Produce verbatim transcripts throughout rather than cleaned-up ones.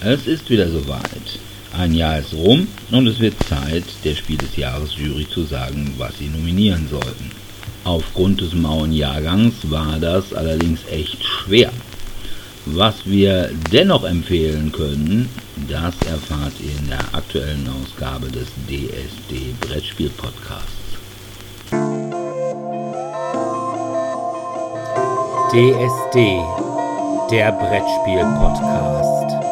Es ist wieder soweit. Ein Jahr ist rum und es wird Zeit, der Spiel des Jahres Jury zu sagen, was sie nominieren sollten. Aufgrund des mauen Jahrgangs war das allerdings echt schwer. Was wir dennoch empfehlen können, das erfahrt ihr in der aktuellen Ausgabe des D S D Brettspiel Podcasts. D S D, der Brettspiel Podcast.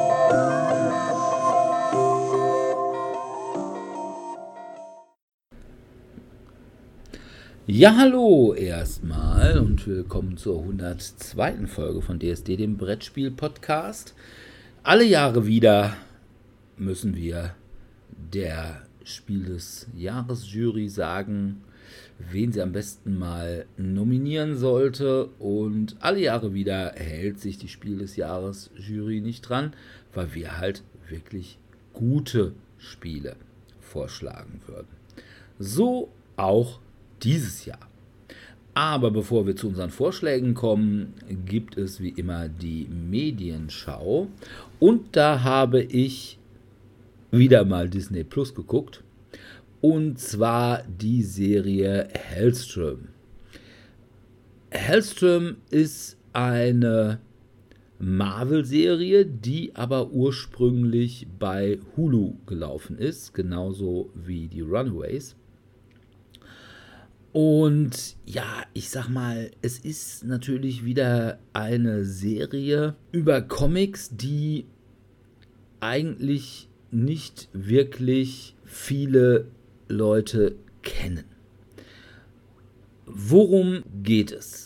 Ja, hallo erstmal und willkommen zur hundertzweiten Folge von D S D, dem Brettspiel-Podcast. Alle Jahre wieder müssen wir der Spiel des Jahres-Jury sagen, wen sie am besten mal nominieren sollte. Und alle Jahre wieder hält sich die Spiel des Jahres-Jury nicht dran, weil wir halt wirklich gute Spiele vorschlagen würden. So auch dieses Jahr. Aber bevor wir zu unseren Vorschlägen kommen, gibt es wie immer die Medienschau. Und da habe ich wieder mal Disney Plus geguckt. Und zwar die Serie Helstrom. Helstrom ist eine Marvel-Serie, die aber ursprünglich bei Hulu gelaufen ist, genauso wie die Runaways. Und ja, ich sag mal, es ist natürlich wieder eine Serie über Comics, die eigentlich nicht wirklich viele Leute kennen. Worum geht es?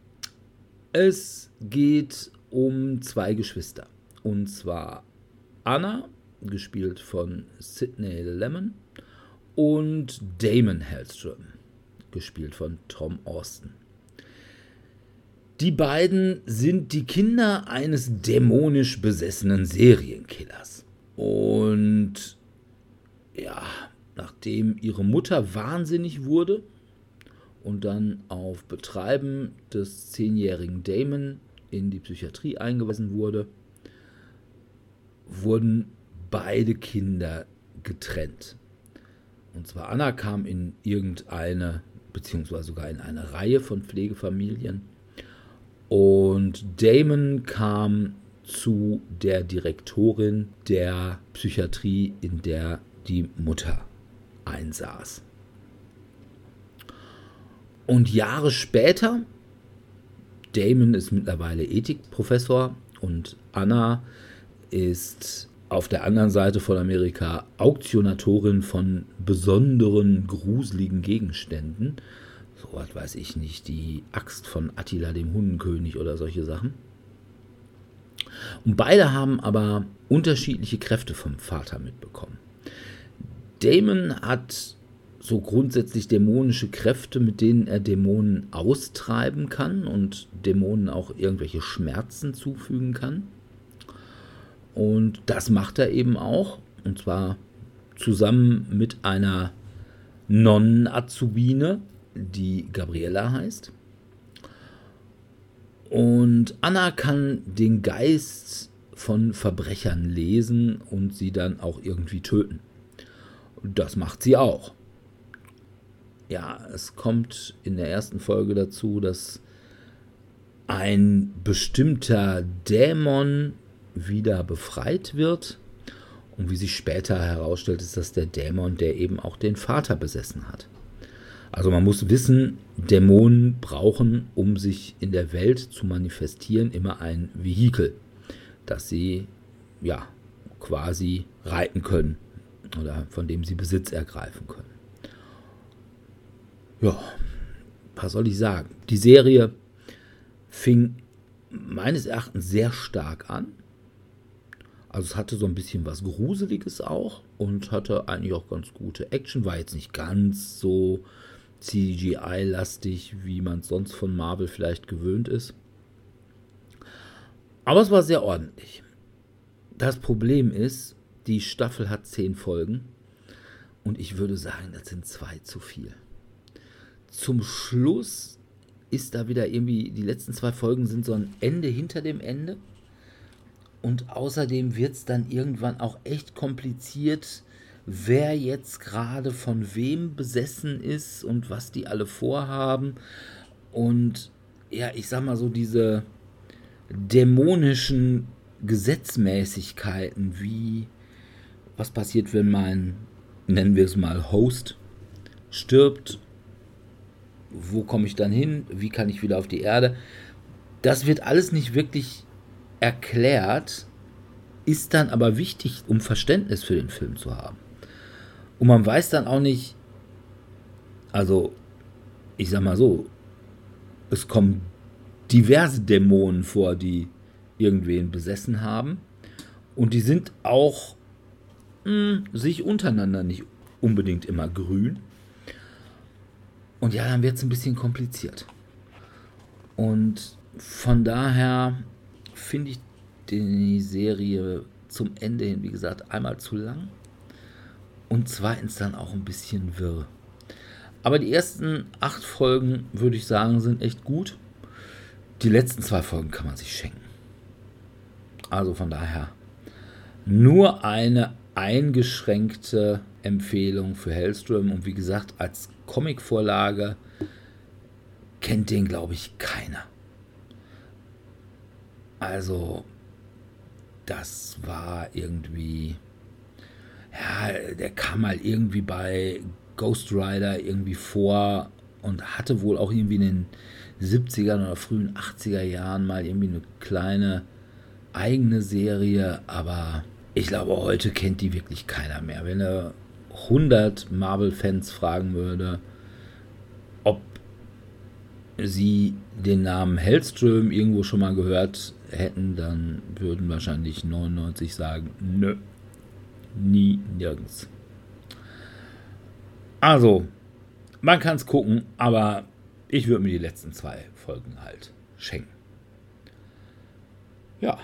Es geht um zwei Geschwister. Und zwar Anna, gespielt von Sidney Lemon, und Damon Helstrom, gespielt von Tom Austin. Die beiden sind die Kinder eines dämonisch besessenen Serienkillers. Und ja, nachdem ihre Mutter wahnsinnig wurde und dann auf Betreiben des zehnjährigen Damon in die Psychiatrie eingewiesen wurde, wurden beide Kinder getrennt. Und zwar Anna kam in irgendeine, beziehungsweise sogar in eine Reihe von Pflegefamilien, und Damon kam zu der Direktorin der Psychiatrie, in der die Mutter einsaß. Und Jahre später, Damon ist mittlerweile Ethikprofessor und Anna ist auf der anderen Seite von Amerika Auktionatorin von besonderen, gruseligen Gegenständen. So was weiß ich nicht, die Axt von Attila dem Hundenkönig oder solche Sachen. Und beide haben aber unterschiedliche Kräfte vom Vater mitbekommen. Damon hat so grundsätzlich dämonische Kräfte, mit denen er Dämonen austreiben kann und Dämonen auch irgendwelche Schmerzen zufügen kann. Und das macht er eben auch, und zwar zusammen mit einer Nonnen-Azubine, die Gabriella heißt. Und Anna kann den Geist von Verbrechern lesen und sie dann auch irgendwie töten. Und das macht sie auch. Ja, es kommt in der ersten Folge dazu, dass ein bestimmter Dämon wieder befreit wird. Und wie sich später herausstellt, ist das der Dämon, der eben auch den Vater besessen hat. Also man muss wissen, Dämonen brauchen, um sich in der Welt zu manifestieren, immer ein Vehikel, das sie ja quasi reiten können oder von dem sie Besitz ergreifen können. Ja, was soll ich sagen? Die Serie fing meines Erachtens sehr stark an. Also es hatte so ein bisschen was Gruseliges auch und hatte eigentlich auch ganz gute Action. War jetzt nicht ganz so C G I-lastig, wie man es sonst von Marvel vielleicht gewöhnt ist. Aber es war sehr ordentlich. Das Problem ist, die Staffel hat zehn Folgen und ich würde sagen, das sind zwei zu viel. Zum Schluss ist da wieder irgendwie, die letzten zwei Folgen sind so ein Ende hinter dem Ende. Und außerdem wird es dann irgendwann auch echt kompliziert, wer jetzt gerade von wem besessen ist und was die alle vorhaben. Und ja, ich sag mal so, diese dämonischen Gesetzmäßigkeiten, wie was passiert, wenn mein, nennen wir es mal, Host stirbt, wo komme ich dann hin, wie kann ich wieder auf die Erde, das wird alles nicht wirklich erklärt, ist dann aber wichtig, um Verständnis für den Film zu haben. Und man weiß dann auch nicht, also ich sag mal so, es kommen diverse Dämonen vor, die irgendwen besessen haben, und die sind auch mh, sich untereinander nicht unbedingt immer grün. Und ja, dann wird es ein bisschen kompliziert. Und von daher finde ich die Serie zum Ende hin, wie gesagt, einmal zu lang und zweitens dann auch ein bisschen wirr. Aber die ersten acht Folgen, würde ich sagen, sind echt gut. Die letzten zwei Folgen kann man sich schenken. Also von daher nur eine eingeschränkte Empfehlung für Helstrom. Und wie gesagt, als Comicvorlage kennt den, glaube ich, keiner. Also das war irgendwie, ja, der kam mal irgendwie bei Ghost Rider irgendwie vor und hatte wohl auch irgendwie in den siebzigern oder frühen achtziger Jahren mal irgendwie eine kleine eigene Serie, aber ich glaube, heute kennt die wirklich keiner mehr. Wenn er hundert Marvel-Fans fragen würde, ob sie den Namen Helstrom irgendwo schon mal gehört hätten, dann würden wahrscheinlich neunundneunzig sagen, nö, nie, nirgends. Also, man kann es gucken, aber ich würde mir die letzten zwei Folgen halt schenken. Ja.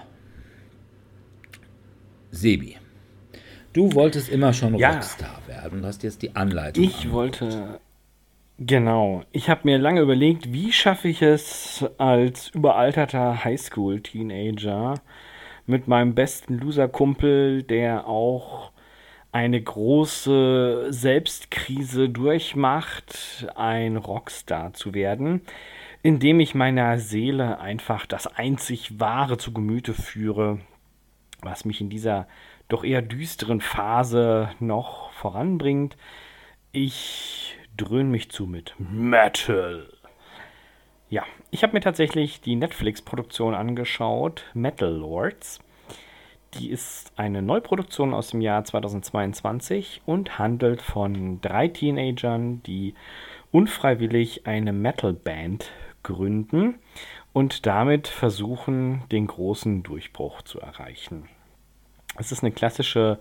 Sebi, du wolltest immer schon Ja. Rockstar werden und hast jetzt die Anleitung. Ich wollte, genau, ich habe mir lange überlegt, wie schaffe ich es als überalterter Highschool-Teenager mit meinem besten Loser-Kumpel, der auch eine große Selbstkrise durchmacht, ein Rockstar zu werden, indem ich meiner Seele einfach das einzig Wahre zu Gemüte führe, was mich in dieser doch eher düsteren Phase noch voranbringt. Ich dröhne mich zu mit Metal. Ja, ich habe mir tatsächlich die Netflix-Produktion angeschaut, Metal Lords. Die ist eine Neuproduktion aus dem Jahr zweitausendzweiundzwanzig und handelt von drei Teenagern, die unfreiwillig eine Metal-Band gründen und damit versuchen, den großen Durchbruch zu erreichen. Es ist eine klassische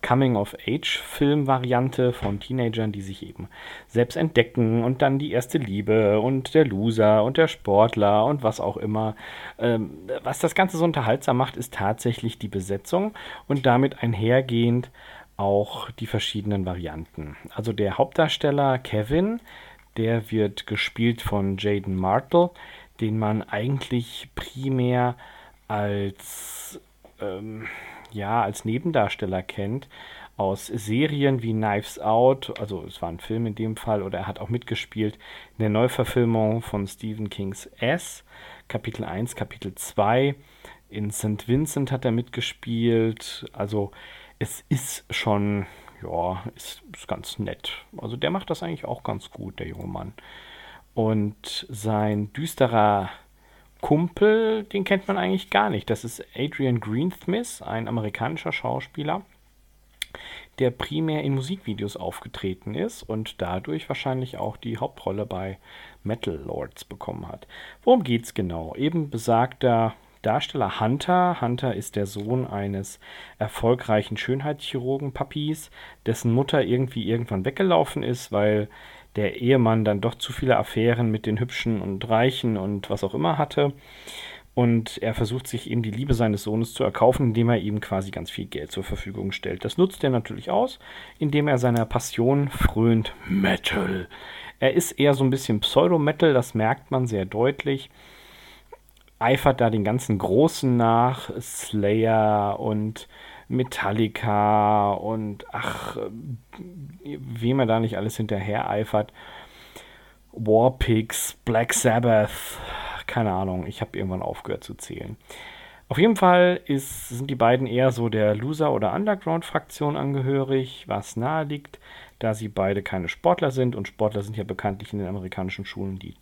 Coming-of-Age-Film-Variante von Teenagern, die sich eben selbst entdecken und dann die erste Liebe und der Loser und der Sportler und was auch immer. Ähm, was das Ganze so unterhaltsam macht, ist tatsächlich die Besetzung und damit einhergehend auch die verschiedenen Varianten. Also der Hauptdarsteller Kevin, der wird gespielt von Jaden Martell, den man eigentlich primär als ähm, ja, als Nebendarsteller kennt, aus Serien wie Knives Out, also es war ein Film in dem Fall, oder er hat auch mitgespielt in der Neuverfilmung von Stephen Kings S, Kapitel eins, Kapitel zwei, in Saint Vincent hat er mitgespielt, also es ist schon, ja, ist, ist ganz nett. Also der macht das eigentlich auch ganz gut, der junge Mann. Und sein düsterer Kumpel, den kennt man eigentlich gar nicht. Das ist Adrian Greensmith, ein amerikanischer Schauspieler, der primär in Musikvideos aufgetreten ist und dadurch wahrscheinlich auch die Hauptrolle bei Metal Lords bekommen hat. Worum geht's genau? Eben besagter Darsteller Hunter. Hunter ist der Sohn eines erfolgreichen Schönheitschirurgen-Papis, dessen Mutter irgendwie irgendwann weggelaufen ist, weil der Ehemann dann doch zu viele Affären mit den Hübschen und Reichen und was auch immer hatte. Und er versucht sich eben die Liebe seines Sohnes zu erkaufen, indem er ihm quasi ganz viel Geld zur Verfügung stellt. Das nutzt er natürlich aus, indem er seiner Passion frönt, Metal. Er ist eher so ein bisschen Pseudo-Metal, das merkt man sehr deutlich. eifert da den ganzen Großen nach, Slayer und Metallica und ach, wem er da nicht alles hinterher eifert. Warpigs, Black Sabbath, keine Ahnung, ich habe irgendwann aufgehört zu zählen. Auf jeden Fall ist, sind die beiden eher so der Loser- oder Underground-Fraktion angehörig, was nahe liegt, da sie beide keine Sportler sind und Sportler sind ja bekanntlich in den amerikanischen Schulen die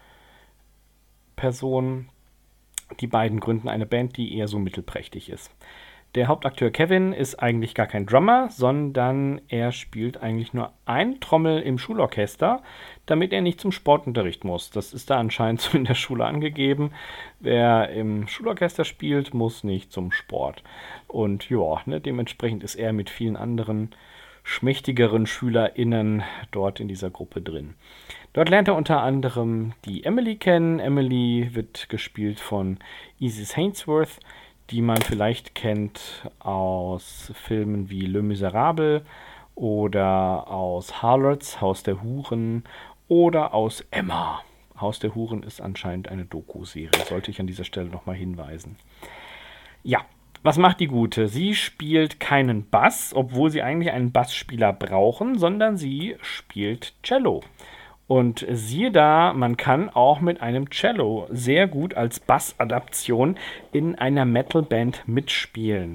Top-Personen. Die beiden gründen eine Band, die eher so mittelprächtig ist. Der Hauptakteur Kevin ist eigentlich gar kein Drummer, sondern er spielt eigentlich nur ein Trommel im Schulorchester, damit er nicht zum Sportunterricht muss. Das ist da anscheinend so in der Schule angegeben. Wer im Schulorchester spielt, muss nicht zum Sport. Und ja, ne, dementsprechend ist er mit vielen anderen schmächtigeren SchülerInnen dort in dieser Gruppe drin. Dort lernt er unter anderem die Emily kennen. Emily wird gespielt von Isis Hainsworth, die man vielleicht kennt aus Filmen wie Le Miserable oder aus Harlots, Haus der Huren oder aus Emma. Haus der Huren ist anscheinend eine Doku-Serie, sollte ich an dieser Stelle nochmal hinweisen. Ja, was macht die Gute? Sie spielt keinen Bass, obwohl sie eigentlich einen Bassspieler brauchen, sondern sie spielt Cello. Und siehe da, man kann auch mit einem Cello sehr gut als Bassadaption in einer Metalband mitspielen.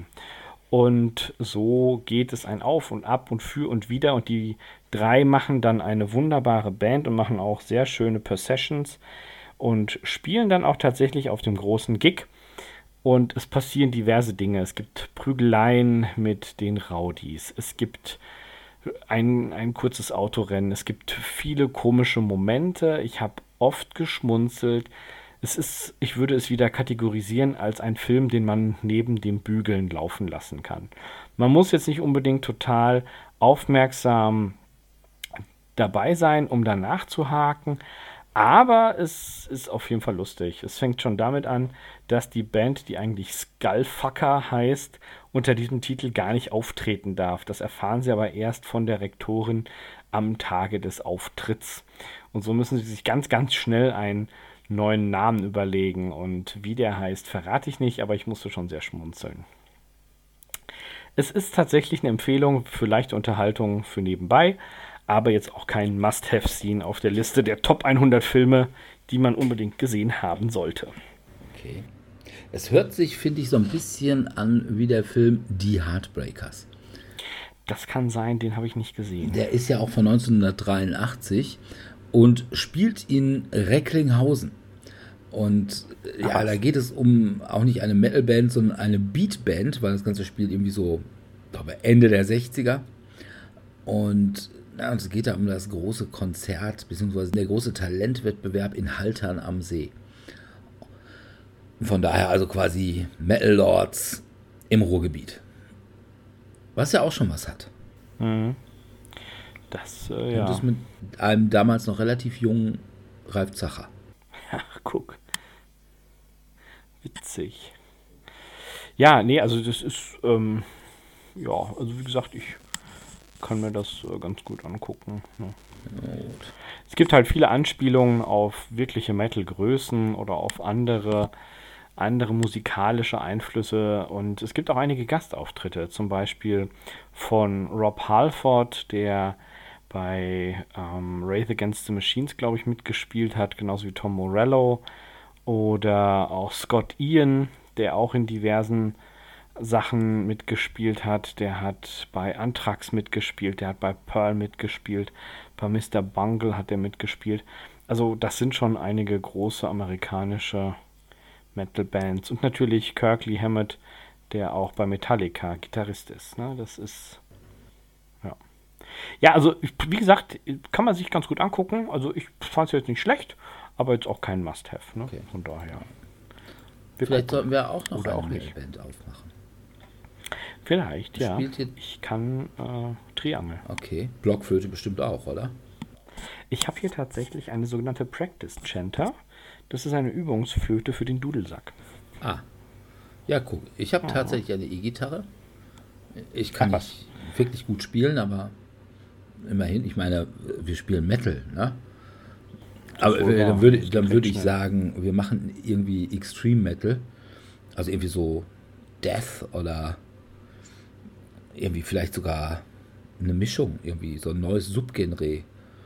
Und so geht es ein Auf und Ab und für und wider. Und die drei machen dann eine wunderbare Band und machen auch sehr schöne Processions und spielen dann auch tatsächlich auf dem großen Gig. Und es passieren diverse Dinge. Es gibt Prügeleien mit den Rowdies. Es gibt Ein, ein kurzes Autorennen. Es gibt viele komische Momente. Ich habe oft geschmunzelt. Es ist, ich würde es wieder kategorisieren als ein Film, den man neben dem Bügeln laufen lassen kann. Man muss jetzt nicht unbedingt total aufmerksam dabei sein, um danach zu haken. Aber es ist auf jeden Fall lustig. Es fängt schon damit an, dass die Band, die eigentlich Skullfucker heißt, unter diesem Titel gar nicht auftreten darf. Das erfahren sie aber erst von der Rektorin am Tage des Auftritts. Und so müssen sie sich ganz, ganz schnell einen neuen Namen überlegen. Und wie der heißt, verrate ich nicht, aber ich musste schon sehr schmunzeln. Es ist tatsächlich eine Empfehlung für leichte Unterhaltung für nebenbei, aber jetzt auch kein Must-Have-Scene auf der Liste der Top hundert Filme, die man unbedingt gesehen haben sollte. Okay. Es hört sich, finde ich, so ein bisschen an wie der Film Die Heartbreakers. Das kann sein, den habe ich nicht gesehen. Der ist ja auch von neunzehnhundertdreiundachtzig und spielt in Recklinghausen. Und ja, Ach. da geht es um auch nicht eine Metalband, sondern eine Beatband, weil das ganze spielt irgendwie so, glaube Ende der sechziger. Und ja, es geht da um das große Konzert, beziehungsweise der große Talentwettbewerb in Haltern am See. Von daher also quasi Metal Lords im Ruhrgebiet. Was ja auch schon was hat. Mhm. Das, äh, ja. Und das mit einem damals noch relativ jungen Ralf Zacher. Ach, guck. Witzig. Ja, nee, also das ist, ähm, ja, also wie gesagt, ich kann mir das äh, ganz gut angucken. Ne? Gut. Es gibt halt viele Anspielungen auf wirkliche Metal-Größen oder auf andere, andere musikalische Einflüsse und es gibt auch einige Gastauftritte, zum Beispiel von Rob Halford, der bei ähm, Wraith Against the Machines, glaube ich, mitgespielt hat, genauso wie Tom Morello oder auch Scott Ian, der auch in diversen Sachen mitgespielt hat. Der hat bei Anthrax mitgespielt, der hat bei Pearl mitgespielt, bei Mister Bungle hat er mitgespielt. Also das sind schon einige große amerikanische Metal-Bands. Und natürlich Kirkley Hammett, der auch bei Metallica Gitarrist ist. Ne? Das ist... Ja. Ja, also wie gesagt, kann man sich ganz gut angucken. Also ich fand es jetzt nicht schlecht, aber jetzt auch kein Must-Have. Ne? Okay. Von daher. Vielleicht gucken. sollten wir auch noch Oder eine auch nicht. Band aufmachen. Vielleicht, ja. Spielt hier- Ich kann äh, Triangel. Okay. Blockflöte bestimmt auch, oder? Ich habe hier tatsächlich eine sogenannte Practice Chanter. Das ist eine Übungsflöte für den Dudelsack. Ah. Ja, guck. Ich habe Oh. tatsächlich eine E-Gitarre. Ich kann Ach, nicht wirklich gut spielen, aber immerhin, ich meine, wir spielen Metal, ne? Das Aber wohl äh, wahr. dann würde, Das dann geht würde ich schnell. sagen, wir machen irgendwie Extreme Metal. Also irgendwie so Death oder irgendwie vielleicht sogar eine Mischung. Irgendwie so ein neues Subgenre.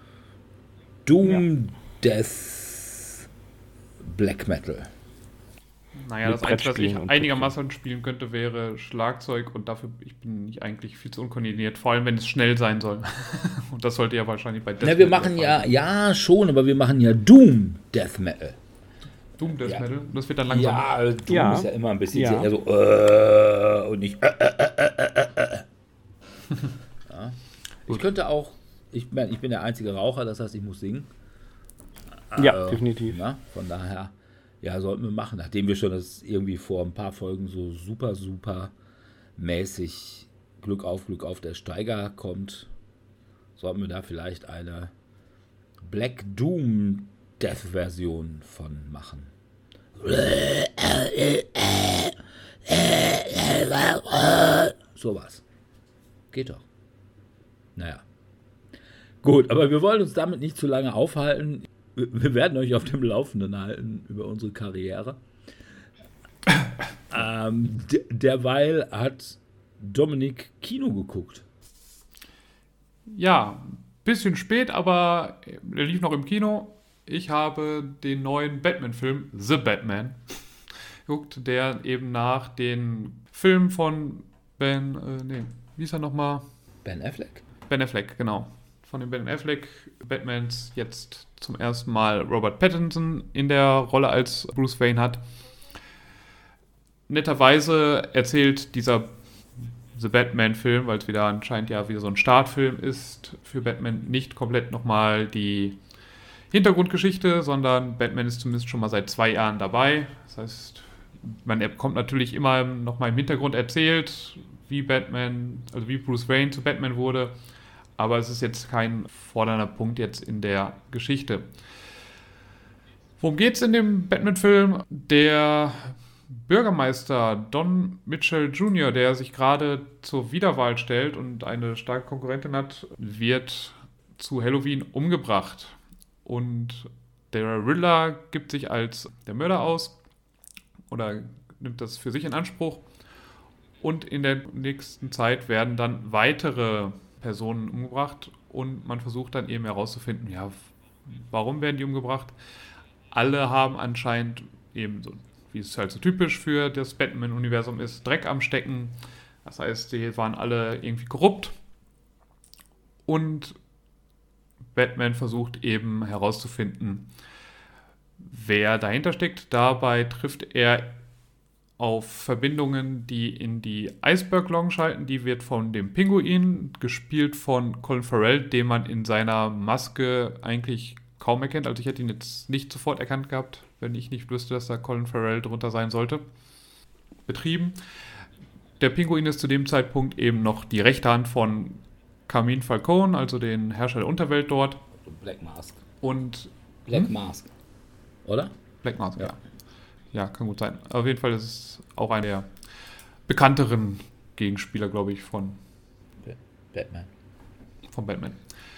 Doom, Death, Black Metal. Naja, Mit das Einzige, was ich Brettspielen und einigermaßen spielen könnte, wäre Schlagzeug und dafür ich bin ich eigentlich viel zu unkoordiniert, vor allem wenn es schnell sein soll. Und das sollte ja wahrscheinlich bei Death Na, wir Metal machen der ja, Fall sein. ja schon, aber wir machen ja Doom Death Metal. Doom Death Ja. Metal, das wird dann langsam. Ja, Doom Ja. ist ja immer ein bisschen Ja. eher so äh, und nicht äh, äh, äh, äh, äh. Ja. Ich könnte auch, ich, mein, ich bin der einzige Raucher, das heißt, ich muss singen. Ja, Äh, definitiv. Ja, von daher, ja, sollten wir machen. Nachdem wir schon das irgendwie vor ein paar Folgen so super, super mäßig Glück auf, Glück auf der Steiger kommt, sollten wir da vielleicht eine Black Doom Death Version von machen. Sowas. Geht doch. Naja. Gut, aber wir wollen uns damit nicht zu lange aufhalten. Wir wir werden euch auf dem Laufenden halten über unsere Karriere. ähm, d- derweil hat Dominik Kino geguckt. Ja, bisschen spät, aber er lief noch im Kino. Ich habe den neuen Batman-Film The Batman geguckt, der eben nach den Filmen von Ben, äh, nee, wie ist er nochmal? Ben Affleck? Ben Affleck, genau. Von den Ben Affleck Batmans jetzt zum ersten Mal Robert Pattinson in der Rolle als Bruce Wayne hat. Netterweise erzählt dieser The Batman-Film, weil es wieder anscheinend ja wieder so ein Startfilm ist für Batman, nicht komplett nochmal die Hintergrundgeschichte, sondern Batman ist zumindest schon mal seit zwei Jahren dabei. Das heißt, man bekommt natürlich immer nochmal im Hintergrund erzählt, wie Batman, also wie Bruce Wayne zu Batman wurde, aber es ist jetzt kein fordernder Punkt jetzt in der Geschichte. Worum geht es in dem Batman-Film? Der Bürgermeister Don Mitchell Junior, der sich gerade zur Wiederwahl stellt und eine starke Konkurrentin hat, wird zu Halloween umgebracht. Und der Riddler gibt sich als der Mörder aus oder nimmt das für sich in Anspruch. Und in der nächsten Zeit werden dann weitere Personen umgebracht und man versucht dann eben herauszufinden, ja, warum werden die umgebracht? Alle haben anscheinend eben so, wie es halt so typisch für das Batman-Universum ist, Dreck am Stecken. Das heißt, die waren alle irgendwie korrupt. Und Batman versucht eben herauszufinden, wer dahinter steckt. Dabei trifft er auf Verbindungen, die in die Iceberg Lounge schalten. Die wird von dem Pinguin, gespielt von Colin Farrell, den man in seiner Maske eigentlich kaum erkennt. Also ich hätte ihn jetzt nicht sofort erkannt gehabt, wenn ich nicht wüsste, dass da Colin Farrell drunter sein sollte. Betrieben. Der Pinguin ist zu dem Zeitpunkt eben noch die rechte Hand von Carmine Falcone, also den Herrscher der Unterwelt dort. Black Mask. Und Black Hm? Mask. Oder? Black Mask, ja. Ja. Ja, kann gut sein. Auf jeden Fall ist es auch einer der bekannteren Gegenspieler, glaube ich, von, Batman. von Batman.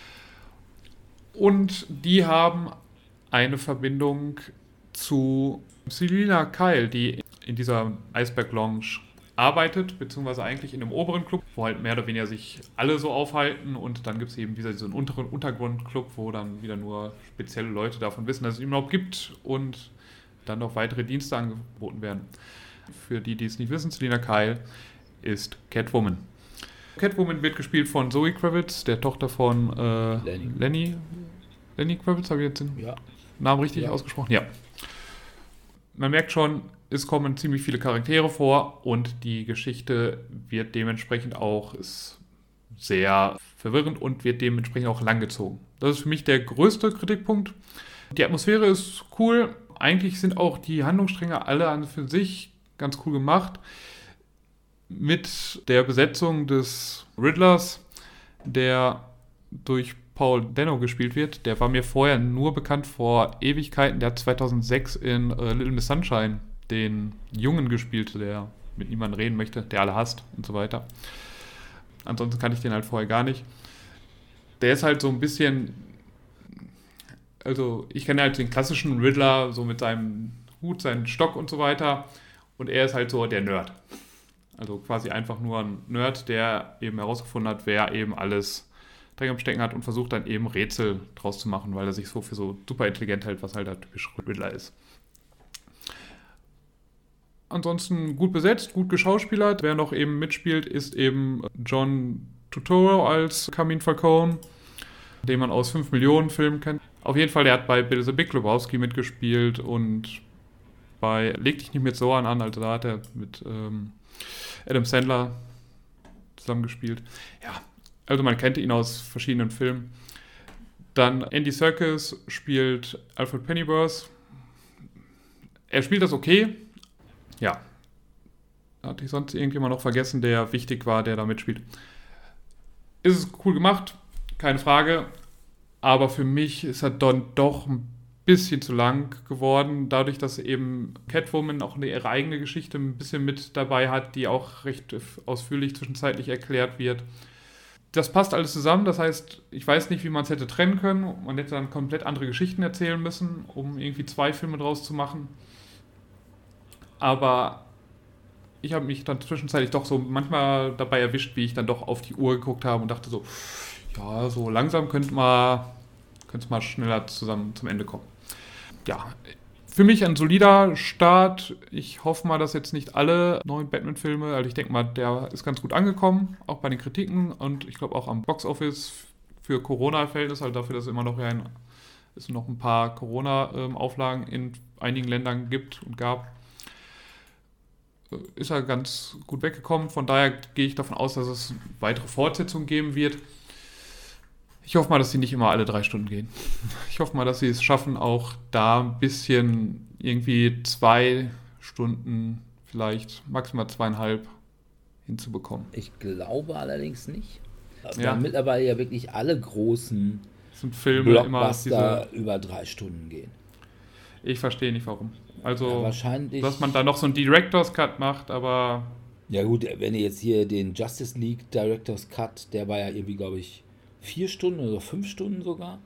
Und die haben eine Verbindung zu Selina Kyle, die in dieser Iceberg Lounge arbeitet, beziehungsweise eigentlich in einem oberen Club, wo halt mehr oder weniger sich alle so aufhalten, und dann gibt es eben wieder so einen unteren Untergrundclub, wo dann wieder nur spezielle Leute davon wissen, dass es ihn überhaupt gibt und dann noch weitere Dienste angeboten werden. Für die, die es nicht wissen, Selina Kyle ist Catwoman. Catwoman wird gespielt von Zoe Kravitz, der Tochter von äh, Lenny. Lenny. Lenny Kravitz, habe ich jetzt den Ja. Namen richtig Ja. ausgesprochen? Ja. Man merkt schon, es kommen ziemlich viele Charaktere vor und die Geschichte wird dementsprechend auch ist sehr verwirrend und wird dementsprechend auch langgezogen. Das ist für mich der größte Kritikpunkt. Die Atmosphäre ist cool. Eigentlich sind auch die Handlungsstränge alle an für sich ganz cool gemacht. Mit der Besetzung des Riddlers, der durch Paul Dano gespielt wird, der war mir vorher nur bekannt vor Ewigkeiten. Der hat zweitausendsechs in äh, Little Miss Sunshine den Jungen gespielt, der mit niemandem reden möchte, der alle hasst und so weiter. Ansonsten kannte ich den halt vorher gar nicht. Der ist halt so ein bisschen also ich kenne halt den klassischen Riddler, so mit seinem Hut, seinem Stock und so weiter. Und er ist halt so der Nerd. Also quasi einfach nur ein Nerd, der eben herausgefunden hat, wer eben alles Dreck am Stecken hat und versucht dann eben Rätsel draus zu machen, weil er sich so für so super intelligent hält, was halt der typische Riddler ist. Ansonsten gut besetzt, gut geschauspielert. Wer noch eben mitspielt, ist eben John Turturro als Carmine Falcone, den man aus fünf Millionen Filmen kennt. Auf jeden Fall, der hat bei Bill the Big Lebowski mitgespielt und bei Leg dich nicht mit Sohan an, also da hat er mit ähm, Adam Sandler zusammengespielt. Ja, also man kennt ihn aus verschiedenen Filmen. Dann Andy Serkis spielt Alfred Pennyworth. Er spielt das okay. Ja. Hatte ich sonst irgendjemand noch vergessen, der wichtig war, der da mitspielt. Ist es cool gemacht, keine Frage. Aber für mich ist er dann doch ein bisschen zu lang geworden, dadurch, dass eben Catwoman auch eine ihre eigene Geschichte ein bisschen mit dabei hat, die auch recht ausführlich zwischenzeitlich erklärt wird. Das passt alles zusammen, das heißt, ich weiß nicht, wie man es hätte trennen können. Man hätte dann komplett andere Geschichten erzählen müssen, um irgendwie zwei Filme draus zu machen. Aber ich habe mich dann zwischenzeitlich doch so manchmal dabei erwischt, wie ich dann doch auf die Uhr geguckt habe und dachte so, ja, so langsam könnte man, könnte es mal schneller zusammen zum Ende kommen. Ja, für mich ein solider Start. Ich hoffe mal, dass jetzt nicht alle neuen Batman-Filme, also ich denke mal, der ist ganz gut angekommen, auch bei den Kritiken und ich glaube auch am Box-Office für Corona-Verhältnisse, also dafür, dass es immer noch, ein, es noch ein paar Corona-Auflagen in einigen Ländern gibt und gab, ist er ganz gut weggekommen. Von daher gehe ich davon aus, dass es weitere Fortsetzungen geben wird. Ich hoffe mal, dass sie nicht immer alle drei Stunden gehen. Ich hoffe mal, dass sie es schaffen, auch da ein bisschen irgendwie zwei Stunden, vielleicht maximal zweieinhalb hinzubekommen. Ich glaube allerdings nicht. Ja. Da mittlerweile ja wirklich alle großen Das sind Filme immer Blockbuster diese, über drei Stunden gehen. Ich verstehe nicht, warum. Also, Ja, wahrscheinlich. dass man da noch so einen Director's Cut macht, aber Ja gut, wenn ihr jetzt hier den Justice League Director's Cut, der war ja irgendwie, glaube ich, vier Stunden oder fünf Stunden sogar.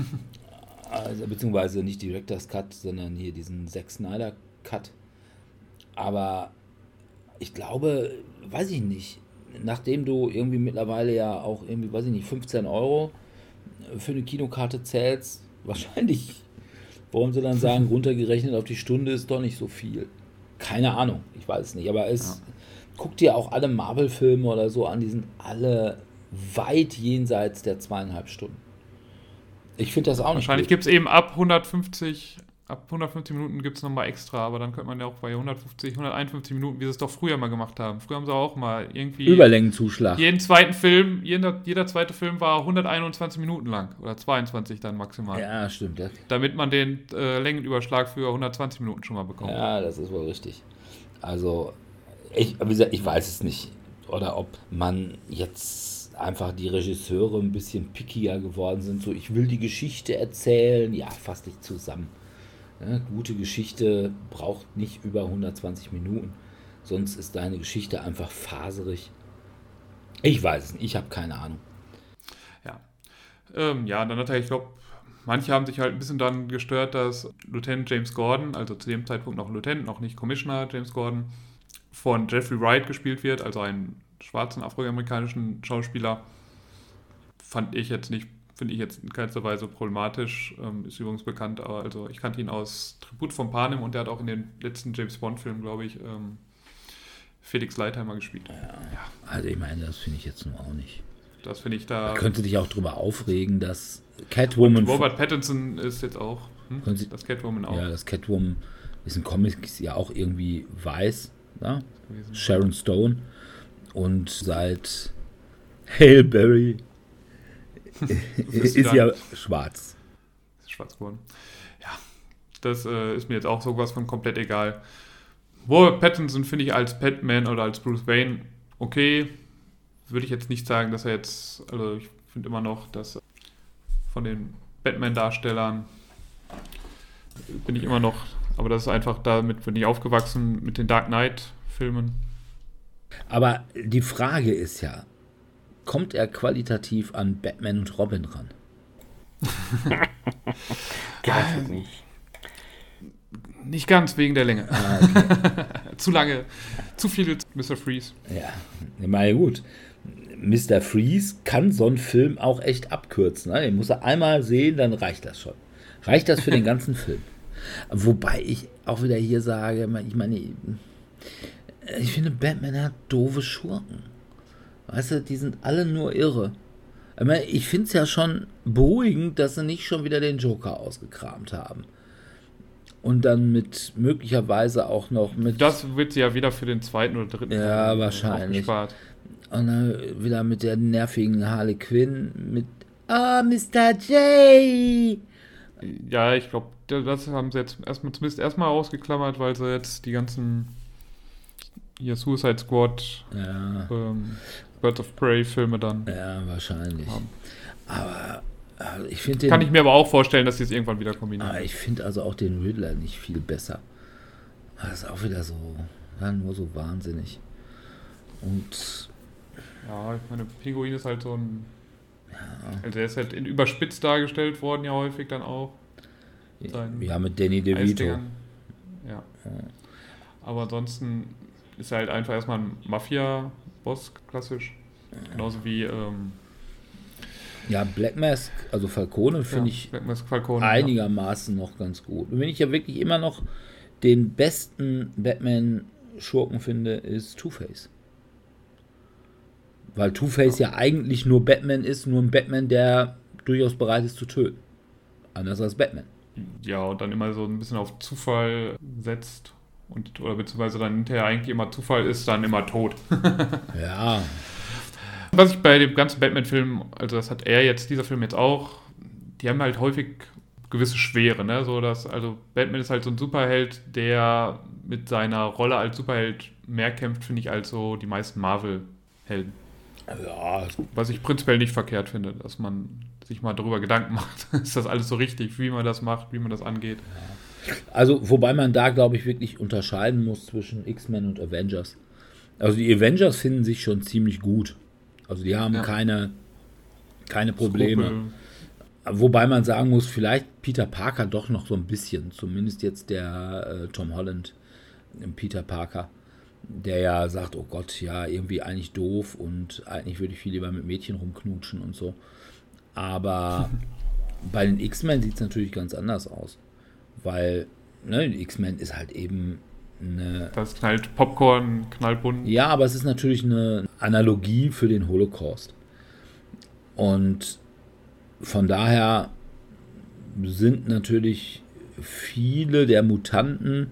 Also, beziehungsweise nicht Director's Cut, sondern hier diesen Zack Snyder Cut. Aber ich glaube, weiß ich nicht, nachdem du irgendwie mittlerweile ja auch irgendwie, weiß ich nicht, fünfzehn Euro für eine Kinokarte zählst, wahrscheinlich, wollen sie dann sagen, runtergerechnet auf die Stunde ist doch nicht so viel. Keine Ahnung, ich weiß es nicht. Aber es ja. Guck dir auch alle Marvel-Filme oder so an, die sind alle weit jenseits der zweieinhalb Stunden. Ich finde das auch nicht wahrscheinlich gibt es eben ab hundertfünfzig, ab hundertfünfzig Minuten gibt es nochmal extra, aber dann könnte man ja auch bei hundertfünfzig, hunderteinundfünfzig Minuten, wie sie es doch früher mal gemacht haben. Früher haben sie auch mal irgendwie Überlängenzuschlag. Jeden zweiten Film, jeder, jeder zweite Film war hunderteinundzwanzig Minuten lang oder zweiundzwanzig dann maximal. Ja, stimmt. Ja. Damit man den äh, Längenüberschlag für hundertzwanzig Minuten schon mal bekommt. Ja, das ist wohl richtig. Also, ich, wie gesagt, ich weiß es nicht. Oder ob man jetzt einfach die Regisseure ein bisschen pickiger geworden sind. So, ich will die Geschichte erzählen. Ja, fass dich zusammen. Ja, gute Geschichte braucht nicht über hundertzwanzig Minuten. Sonst ist deine Geschichte einfach faserig. Ich weiß es nicht. Ich habe keine Ahnung. Ja. Ähm, ja, dann hat er, ich glaube, manche haben sich halt ein bisschen dann gestört, dass Lieutenant James Gordon, also zu dem Zeitpunkt noch Lieutenant, noch nicht Commissioner James Gordon, von Jeffrey Wright gespielt wird, also einen schwarzen afroamerikanischen Schauspieler. Fand ich jetzt nicht, finde ich jetzt in keinster Weise problematisch, ähm, ist übrigens bekannt, aber also ich kannte ihn aus Tribut von Panem und der hat auch in den letzten James Bond-Filmen, glaube ich, ähm, Felix Leitheimer gespielt. Ja, ja. Also ich meine, das finde ich jetzt nun auch nicht. Das finde ich da... Man könnte dich auch drüber aufregen, dass Catwoman... Und Robert Pattinson ist jetzt auch, hm? Sie, das Catwoman auch. Ja, das Catwoman ist in Comics ja auch irgendwie weiß, ne? Sharon Stone. Und seit Hail Berry ist, ist ja schwarz. Ist schwarz geworden. Ja, das äh, ist mir jetzt auch sowas von komplett egal. Robert Pattinson finde ich als Batman oder als Bruce Wayne okay. Würde ich jetzt nicht sagen, dass er jetzt, also ich finde immer noch, dass von den Batman-Darstellern bin ich immer noch, aber das ist einfach, damit bin ich aufgewachsen mit den Dark Knight-Filmen. Aber die Frage ist ja, kommt er qualitativ an Batman und Robin ran? Garantiert nicht. Nicht ganz, wegen der Länge. Ah, okay. Zu lange, zu viel Mister Freeze. Ja, ich meine, gut. Mister Freeze kann so einen Film auch echt abkürzen. Ne? Den muss er einmal sehen, dann reicht das schon. Reicht das für den ganzen Film. Wobei ich auch wieder hier sage, ich meine, ich finde, Batman hat doofe Schurken. Weißt du, die sind alle nur irre. Ich meine, ich finde es ja schon beruhigend, dass sie nicht schon wieder den Joker ausgekramt haben. Und dann mit möglicherweise auch noch mit... Das wird sie ja wieder für den zweiten oder dritten Ja, Teil wahrscheinlich. aufgespart. Und dann wieder mit der nervigen Harley Quinn, mit Ah, oh, Mister J! Ja, ich glaube, das haben sie jetzt erstmal zumindest erstmal ausgeklammert, weil sie jetzt die ganzen hier Suicide Squad, Ja, ähm, Birds of Prey Filme dann ja wahrscheinlich. haben. Aber also ich finde den... Kann ich mir aber auch vorstellen, dass sie es irgendwann wieder kombinieren. Aber ich finde also auch den Riddler nicht viel besser. Das ist auch wieder so, ja, nur so wahnsinnig. Und Ja, ich meine, Pinguin ist halt so ein... Also er ist halt in überspitzt dargestellt worden, ja häufig dann auch. Sein ja, mit Danny DeVito. Eisdingern. Ja. Aber ansonsten ist er halt einfach erstmal ein Mafia-Boss, klassisch. Genauso wie ähm, Ja, Black Mask, also Falcone, finde ja, ich Black Mask Falcone, einigermaßen ja. noch ganz gut. Und wenn ich ja wirklich immer noch den besten Batman-Schurken finde, ist Two-Face. Weil Two-Face ja. ja eigentlich nur Batman ist, nur ein Batman, der durchaus bereit ist zu töten. Anders als Batman. Ja, und dann immer so ein bisschen auf Zufall setzt und oder beziehungsweise dann hinterher eigentlich immer Zufall ist, dann immer tot. Ja. Was ich bei dem ganzen Batman-Film, also das hat er jetzt, dieser Film jetzt auch, die haben halt häufig gewisse Schwere, ne? So dass, also Batman ist halt so ein Superheld, der mit seiner Rolle als Superheld mehr kämpft, finde ich, als so die meisten Marvel-Helden. Ja. Was ich prinzipiell nicht verkehrt finde, dass man sich mal darüber Gedanken macht. Ist das alles so richtig, wie man das macht, wie man das angeht? Also, wobei man da, glaube ich, wirklich unterscheiden muss zwischen X-Men und Avengers. Also die Avengers finden sich schon ziemlich gut. Also die haben ja. keine, keine Probleme. Skrupel. Wobei man sagen muss, vielleicht Peter Parker doch noch so ein bisschen. Zumindest jetzt der äh, Tom Holland, Peter Parker, der ja sagt, oh Gott, ja, irgendwie eigentlich doof und eigentlich würde ich viel lieber mit Mädchen rumknutschen und so. Aber bei den X-Men sieht es natürlich ganz anders aus. Weil, ne, X-Men ist halt eben eine... Das knallt Popcorn, knallbunt. Ja, aber es ist natürlich eine Analogie für den Holocaust. Und von daher sind natürlich viele der Mutanten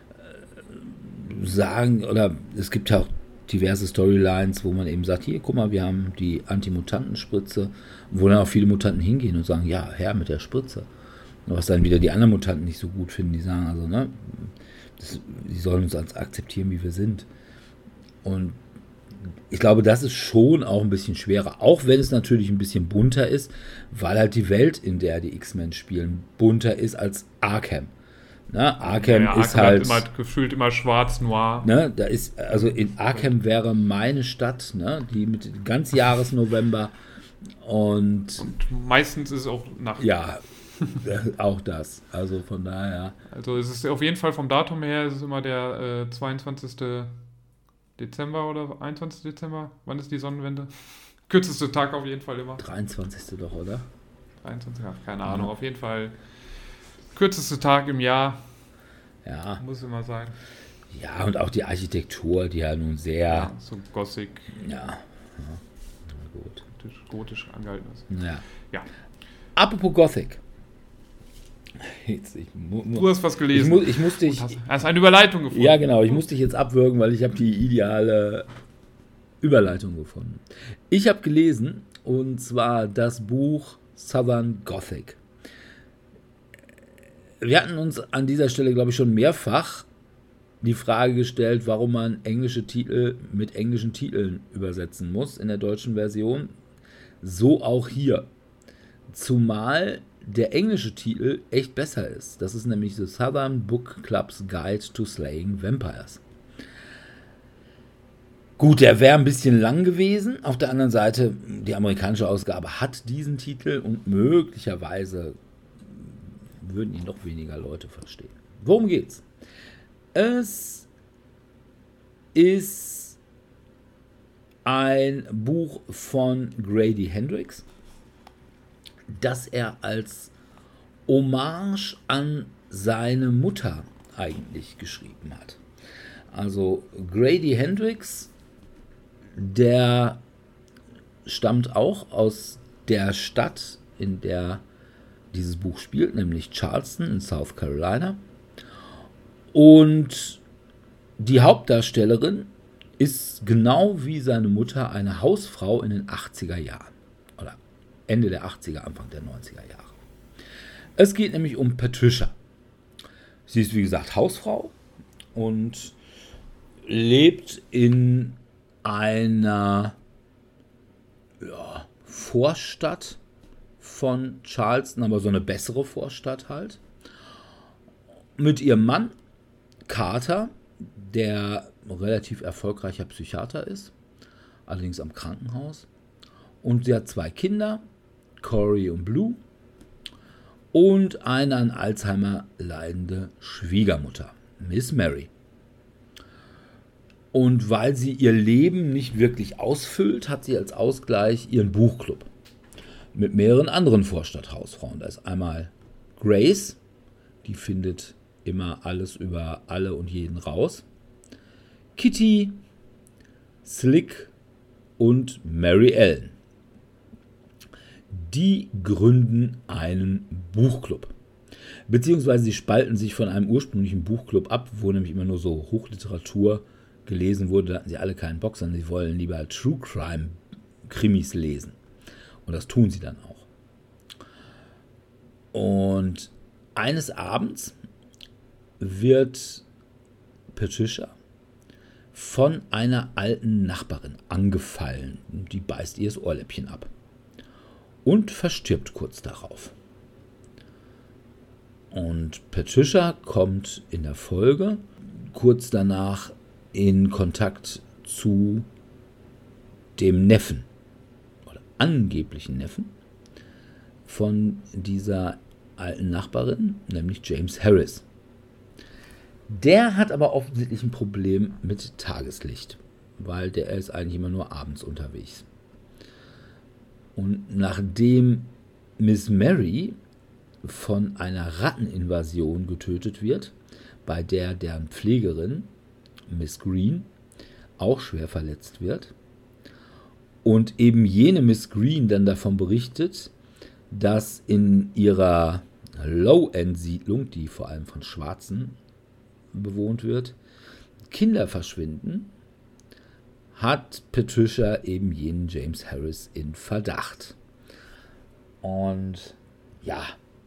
äh, sagen, oder es gibt ja auch diverse Storylines, wo man eben sagt, hier, guck mal, wir haben die Anti-Mutanten-Spritze, wo dann auch viele Mutanten hingehen und sagen, ja, her mit der Spritze. Was dann wieder die anderen Mutanten nicht so gut finden, die sagen, also, ne, das, die sollen uns als akzeptieren, wie wir sind. Und ich glaube, das ist schon auch ein bisschen schwerer, auch wenn es natürlich ein bisschen bunter ist, weil halt die Welt, in der die X-Men spielen, bunter ist als Arkham. Ne, Arkham ja, ist Arkham halt immer, gefühlt immer schwarz-noir. Ne, da ist, also in Arkham wäre meine Stadt, ne, die mit ganz Jahresnovember und, und meistens ist es auch Nacht. Ja, auch das. Also von daher. Also es ist auf jeden Fall vom Datum her, ist es immer der äh, zweiundzwanzigsten Dezember oder einundzwanzigsten Dezember. Wann ist die Sonnenwende? Kürzeste Tag auf jeden Fall immer. dreiundzwanzigsten doch, oder? dreiundzwanzigsten Ja, keine Ahnung. Ja. Auf jeden Fall kürzeste Tag im Jahr. Ja. Muss immer sein. Ja, und auch die Architektur, die ja nun sehr... Ja, so Gothic. Ja. ja. Gut. Gotisch, gotisch angehalten ist. Ja. Ja. Apropos Gothic. Jetzt, ich mu- mu- du hast was gelesen. Ich, mu- ich musste dich... Hast, hast eine Überleitung gefunden. Ja, genau. Ich musste dich jetzt abwürgen, weil ich habe die ideale Überleitung gefunden. Ich habe gelesen, und zwar das Buch Southern Gothic. Wir hatten uns an dieser Stelle, glaube ich, schon mehrfach die Frage gestellt, warum man englische Titel mit englischen Titeln übersetzen muss in der deutschen Version. So auch hier. Zumal der englische Titel echt besser ist. Das ist nämlich The Southern Book Club's Guide to Slaying Vampires. Gut, der wäre ein bisschen lang gewesen. Auf der anderen Seite, die amerikanische Ausgabe hat diesen Titel und möglicherweise würden ihn noch weniger Leute verstehen. Worum geht's? Es ist ein Buch von Grady Hendrix, das er als Hommage an seine Mutter eigentlich geschrieben hat. Also Grady Hendrix, der stammt auch aus der Stadt, in der dieses Buch spielt, nämlich Charleston in South Carolina. Und die Hauptdarstellerin ist genau wie seine Mutter eine Hausfrau in den achtziger Jahren. Oder Ende der achtziger, Anfang der neunziger Jahre. Es geht nämlich um Patricia. Sie ist wie gesagt Hausfrau und lebt in einer ja, Vorstadt von Charleston, aber so eine bessere Vorstadt halt. Mit ihrem Mann Carter, der relativ erfolgreicher Psychiater ist, allerdings am Krankenhaus. Und sie hat zwei Kinder, Corey und Blue, und eine an Alzheimer leidende Schwiegermutter, Miss Mary. Und weil sie ihr Leben nicht wirklich ausfüllt, hat sie als Ausgleich ihren Buchclub mit mehreren anderen Vorstadthausfrauen. Da ist einmal Grace, die findet immer alles über alle und jeden raus. Kitty, Slick und Mary Ellen. Die gründen einen Buchclub. Beziehungsweise sie spalten sich von einem ursprünglichen Buchclub ab, wo nämlich immer nur so Hochliteratur gelesen wurde. Da hatten sie alle keinen Bock, sondern sie wollen lieber True Crime Krimis lesen. Und das tun sie dann auch. Und eines Abends wird Patricia von einer alten Nachbarin angefallen. Die beißt ihr das Ohrläppchen ab und verstirbt kurz darauf. Und Patricia kommt in der Folge kurz danach in Kontakt zu dem Neffen oder angeblichen Neffen von dieser alten Nachbarin, nämlich James Harris. Der hat aber offensichtlich ein Problem mit Tageslicht, weil der ist eigentlich immer nur abends unterwegs. Und nachdem Miss Mary von einer Ratteninvasion getötet wird, bei der deren Pflegerin, Miss Green, auch schwer verletzt wird, und eben jene Miss Green dann davon berichtet, dass in ihrer Low-End-Siedlung, die vor allem von Schwarzen bewohnt wird, Kinder verschwinden, hat Patricia eben jenen James Harris in Verdacht. Und ja,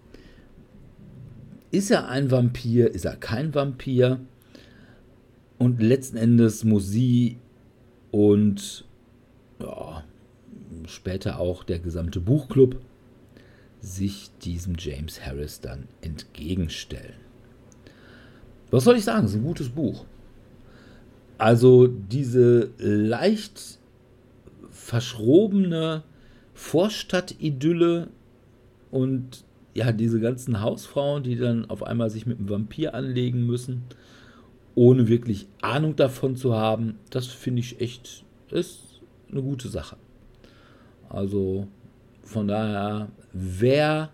ist er ein Vampir, ist er kein Vampir? Und letzten Endes muss sie und ja, später auch der gesamte Buchclub sich diesem James Harris dann entgegenstellen. Was soll ich sagen? Es ist ein gutes Buch. Also diese leicht verschrobene Vorstadtidylle und ja, diese ganzen Hausfrauen, die dann auf einmal sich mit einem Vampir anlegen müssen, ohne wirklich Ahnung davon zu haben, das finde ich echt, ist eine gute Sache. Also von daher, wer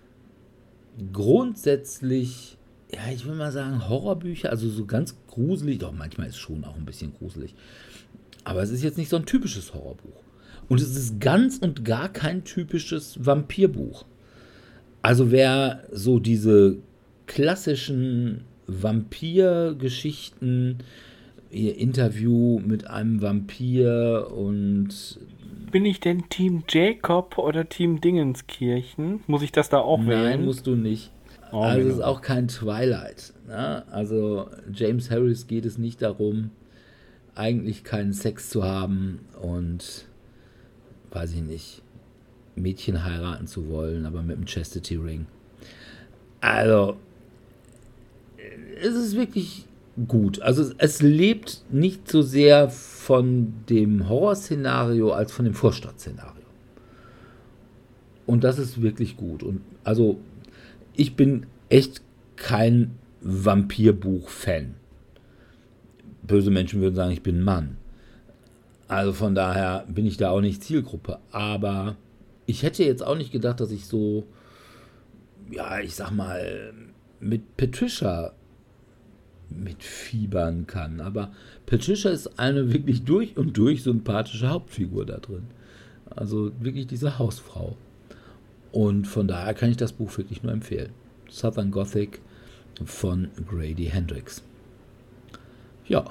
grundsätzlich, ja, ich will mal sagen, Horrorbücher, also so ganz gruselig, doch manchmal ist es schon auch ein bisschen gruselig, aber es ist jetzt nicht so ein typisches Horrorbuch. Und es ist ganz und gar kein typisches Vampirbuch. Also wer so diese klassischen Vampirgeschichten, ihr Interview mit einem Vampir und... Bin ich denn Team Jacob oder Team Dingenskirchen? Muss ich das da auch wählen? Nein, musst du nicht. Oh, also es ist auch kein Twilight. Ne? Also James Harris geht es nicht darum, eigentlich keinen Sex zu haben und, weiß ich nicht, Mädchen heiraten zu wollen, aber mit einem Chastity Ring. Also, es ist wirklich gut. Also es lebt nicht so sehr von dem Horrorszenario als von dem Vorstadtszenario. Und das ist wirklich gut. Und also ich bin echt kein Vampirbuch-Fan. Böse Menschen würden sagen, ich bin ein Mann. Also von daher bin ich da auch nicht Zielgruppe. Aber ich hätte jetzt auch nicht gedacht, dass ich so, ja, ich sag mal, mit Patricia mitfiebern kann. Aber Patricia ist eine wirklich durch und durch sympathische Hauptfigur da drin. Also wirklich diese Hausfrau. Und von daher kann ich das Buch wirklich nur empfehlen. Southern Gothic von Grady Hendrix. Ja.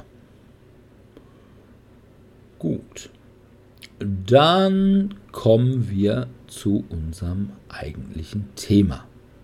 Gut. Dann kommen wir zu unserem eigentlichen Thema.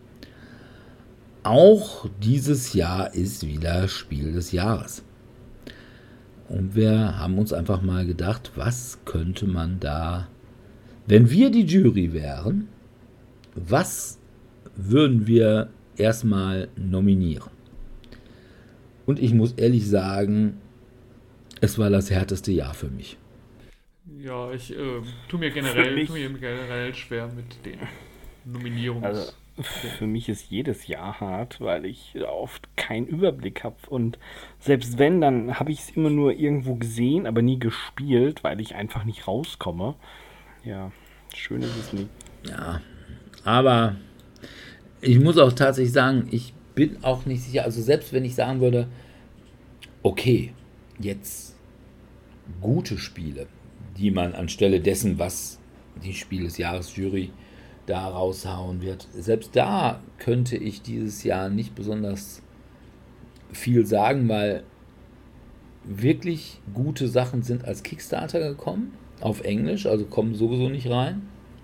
Auch dieses Jahr ist wieder Spiel des Jahres. Und wir haben uns einfach mal gedacht, was könnte man da, wenn wir die Jury wären, was würden wir erstmal nominieren? Und ich muss ehrlich sagen, es war das härteste Jahr für mich. Ja, ich äh, tue mir generell, tu mir generell schwer mit den Nominierungen. Also für mich ist jedes Jahr hart, weil ich oft keinen Überblick habe. Und selbst wenn, dann habe ich es immer nur irgendwo gesehen, aber nie gespielt, weil ich einfach nicht rauskomme. Ja, schön ist es nie. Ja, aber ich muss auch tatsächlich sagen, ich bin auch nicht sicher, also selbst wenn ich sagen würde, okay, jetzt gute Spiele, die man anstelle dessen, was die Spiel des Jahres Jury da raushauen wird, selbst da könnte ich dieses Jahr nicht besonders viel sagen, weil wirklich gute Sachen sind als Kickstarter gekommen, auf Englisch, also kommen sowieso nicht rein.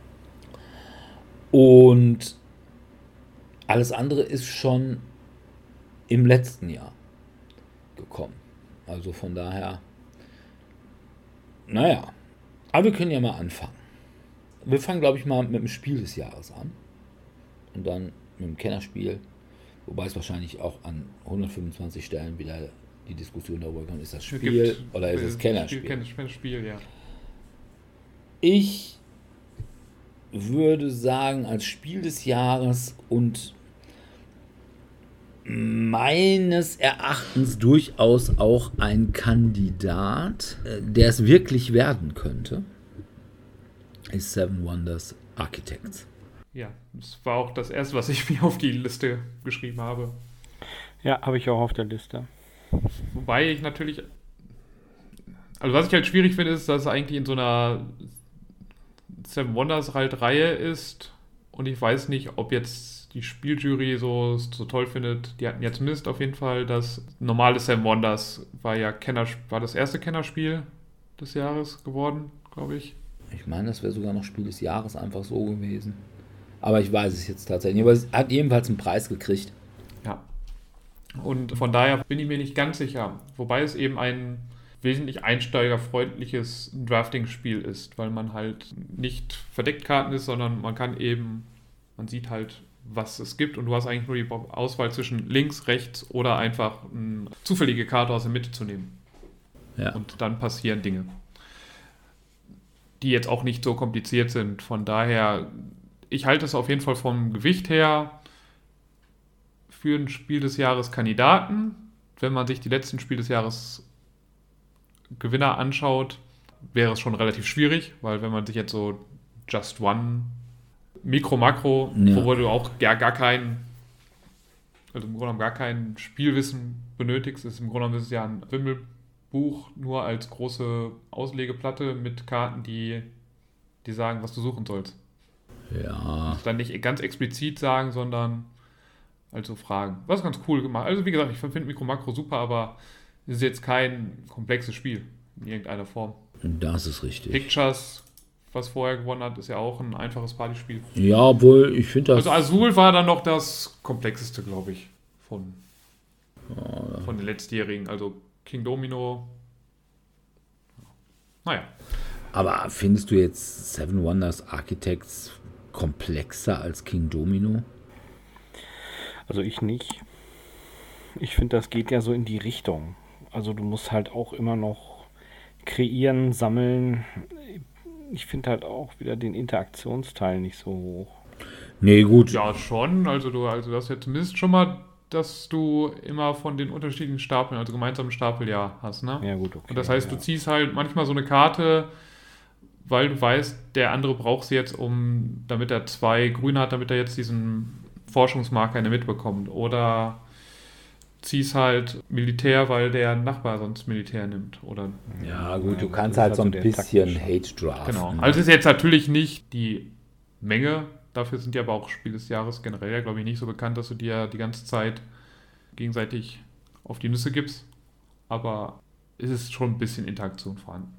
Und alles andere ist schon im letzten Jahr gekommen. Also von daher, naja, aber wir können ja mal anfangen. Wir fangen, glaube ich, mal mit dem Spiel des Jahres an. Und dann mit dem Kennerspiel. Wobei es wahrscheinlich auch an hundertfünfundzwanzig Stellen wieder die Diskussion darüber kommt, ist das Spiel Gibt, oder ist es Kennerspiel? Spiel, Spiel, ja. Ich würde sagen, als Spiel des Jahres und meines Erachtens durchaus auch ein Kandidat, der es wirklich werden könnte, ist Seven Wonders Architects. Ja, das war auch das erste, was ich mir auf die Liste geschrieben habe. Ja, habe ich auch auf der Liste. Wobei ich natürlich, also was ich halt schwierig finde, ist, dass es eigentlich in so einer Seven Wonders halt Reihe ist und ich weiß nicht, ob jetzt die Spieljury so, so toll findet. Die hatten jetzt Mist auf jeden Fall. Das normale Seven Wonders war ja Kenner, war das erste Kennerspiel des Jahres geworden, glaube ich. Ich meine, das wäre sogar noch Spiel des Jahres einfach so gewesen. Aber ich weiß es jetzt tatsächlich. Aber es hat jedenfalls einen Preis gekriegt. Ja. Und von daher bin ich mir nicht ganz sicher. Wobei es eben ein wesentlich einsteigerfreundliches Drafting-Spiel ist, weil man halt nicht verdeckt Karten ist, sondern man kann eben, man sieht halt, was es gibt und du hast eigentlich nur die Auswahl zwischen links, rechts oder einfach eine zufällige Karte aus der Mitte zu nehmen. Ja. Und dann passieren Dinge, die jetzt auch nicht so kompliziert sind. Von daher, ich halte es auf jeden Fall vom Gewicht her für ein Spiel des Jahres Kandidaten. Wenn man sich die letzten Spiel des Jahres Gewinner anschaut, wäre es schon relativ schwierig, weil wenn man sich jetzt so Just One, Mikro, Makro, ja. wo du auch gar, gar kein, also im Grunde genommen gar kein Spielwissen benötigst, ist im Grunde genommen ist es ja ein Wimmelbuch, nur als große Auslegeplatte mit Karten, die, die sagen, was du suchen sollst. Ja. Dann nicht ganz explizit sagen, sondern also Fragen. Was ganz cool gemacht. Also wie gesagt, ich finde Mikro, Makro super, aber es ist jetzt kein komplexes Spiel in irgendeiner Form. Das ist richtig. Pictures, was vorher gewonnen hat, ist ja auch ein einfaches Partyspiel. Ja, obwohl ich finde das... Also Azul war dann noch das komplexeste, glaube ich, von, ja, von den letztjährigen. Also King Domino. Naja. Aber findest du jetzt Seven Wonders Architects komplexer als King Domino? Also ich nicht. Ich finde, das geht ja so in die Richtung. Also du musst halt auch immer noch kreieren, sammeln. Ich finde halt auch wieder den Interaktionsteil nicht so hoch. Nee, gut. Ja, schon. Also du, also das ja zumindest schon mal, dass du immer von den unterschiedlichen Stapeln, also gemeinsamen Stapel ja hast, ne? Ja gut, okay. Und das heißt, ja. du ziehst halt manchmal so eine Karte, weil du weißt, der andere braucht sie jetzt, um, damit er zwei Grüne hat, damit er jetzt diesen Forschungsmarker in der Mitte bekommt. Oder ziehst halt Militär, weil der Nachbar sonst Militär nimmt. Oder Ja, gut, du das kannst ist halt halt so so ein der bisschen taktische. Hate draften. genau. ne? Also es ist jetzt natürlich nicht die Menge, dafür sind ja aber auch Spiel des Jahres generell, ja, glaube ich, nicht so bekannt, dass du dir die ganze Zeit gegenseitig auf die Nüsse gibst. Aber es ist schon ein bisschen Interaktion vorhanden.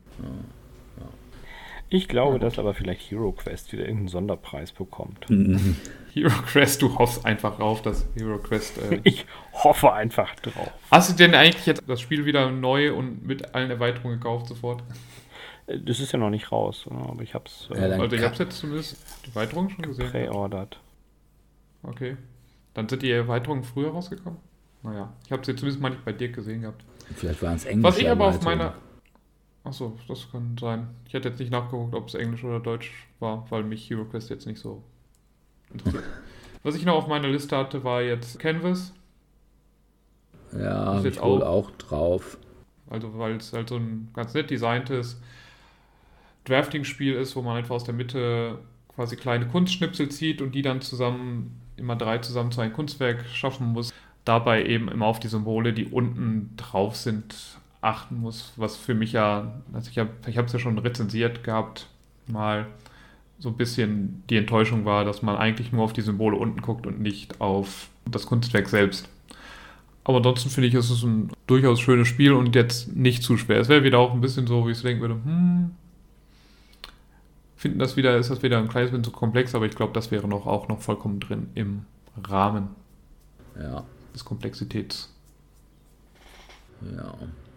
Ich glaube, Ja, gut. dass aber vielleicht Hero Quest wieder irgendeinen Sonderpreis bekommt. Mhm. Hero Quest, du hoffst einfach drauf, dass Hero Quest... Äh Ich hoffe einfach drauf. Hast du denn eigentlich jetzt das Spiel wieder neu und mit allen Erweiterungen gekauft sofort? Äh, Das ist ja noch nicht raus, ne, aber ich habe es Ja, äh, dann- Also ich kann- habe jetzt zumindest die Erweiterung schon gesehen. pre-ordert. Okay. Dann sind die Erweiterungen früher rausgekommen? Naja, ich habe sie zumindest mal nicht bei dir gesehen gehabt. Vielleicht waren es englische Was ich aber auf Erweiterungen. meiner... Achso, das kann sein. Ich hätte jetzt nicht nachgeguckt, ob es Englisch oder Deutsch war, weil mich Hero Quest jetzt nicht so interessiert. Was ich noch auf meiner Liste hatte, war jetzt Canvas. Ja, Ist habe jetzt ich wohl auch- auch drauf. Also weil es halt so ein ganz nett designtes Drafting-Spiel ist, wo man einfach aus der Mitte quasi kleine Kunstschnipsel zieht und die dann zusammen, immer drei zusammen zu einem Kunstwerk schaffen muss. Dabei eben immer auf die Symbole, die unten drauf sind, achten muss, was für mich ja, also ich habe ich es ja schon rezensiert gehabt, mal so ein bisschen die Enttäuschung war, dass man eigentlich nur auf die Symbole unten guckt und nicht auf das Kunstwerk selbst. Aber ansonsten finde ich, ist es ein durchaus schönes Spiel und jetzt nicht zu schwer. Es wäre wieder auch ein bisschen so, wie ich so denken würde, hm, finden das wieder, ist das wieder ein kleines bisschen zu komplex, aber ich glaube, das wäre noch auch noch vollkommen drin im Rahmen Ja, des Komplexitäts. ja.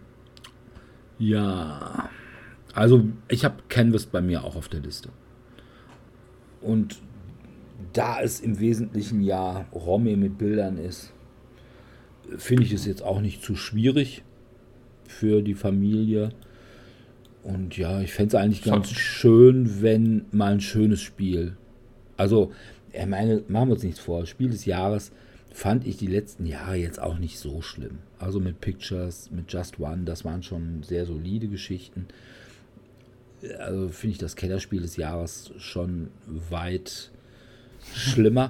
Ja. Also, ich habe Canvas bei mir auch auf der Liste. Und da es im Wesentlichen ja Romy mit Bildern ist, finde ich es jetzt auch nicht zu schwierig für die Familie. Und ja, ich fände es eigentlich ganz schön, wenn mal ein schönes Spiel. Also, ich meine, machen wir uns nichts vor. Spiel des Jahres fand ich die letzten Jahre jetzt auch nicht so schlimm. Also mit Pictures, mit Just One, das waren schon sehr solide Geschichten. Also finde ich das Kellerspiel des Jahres schon weit schlimmer.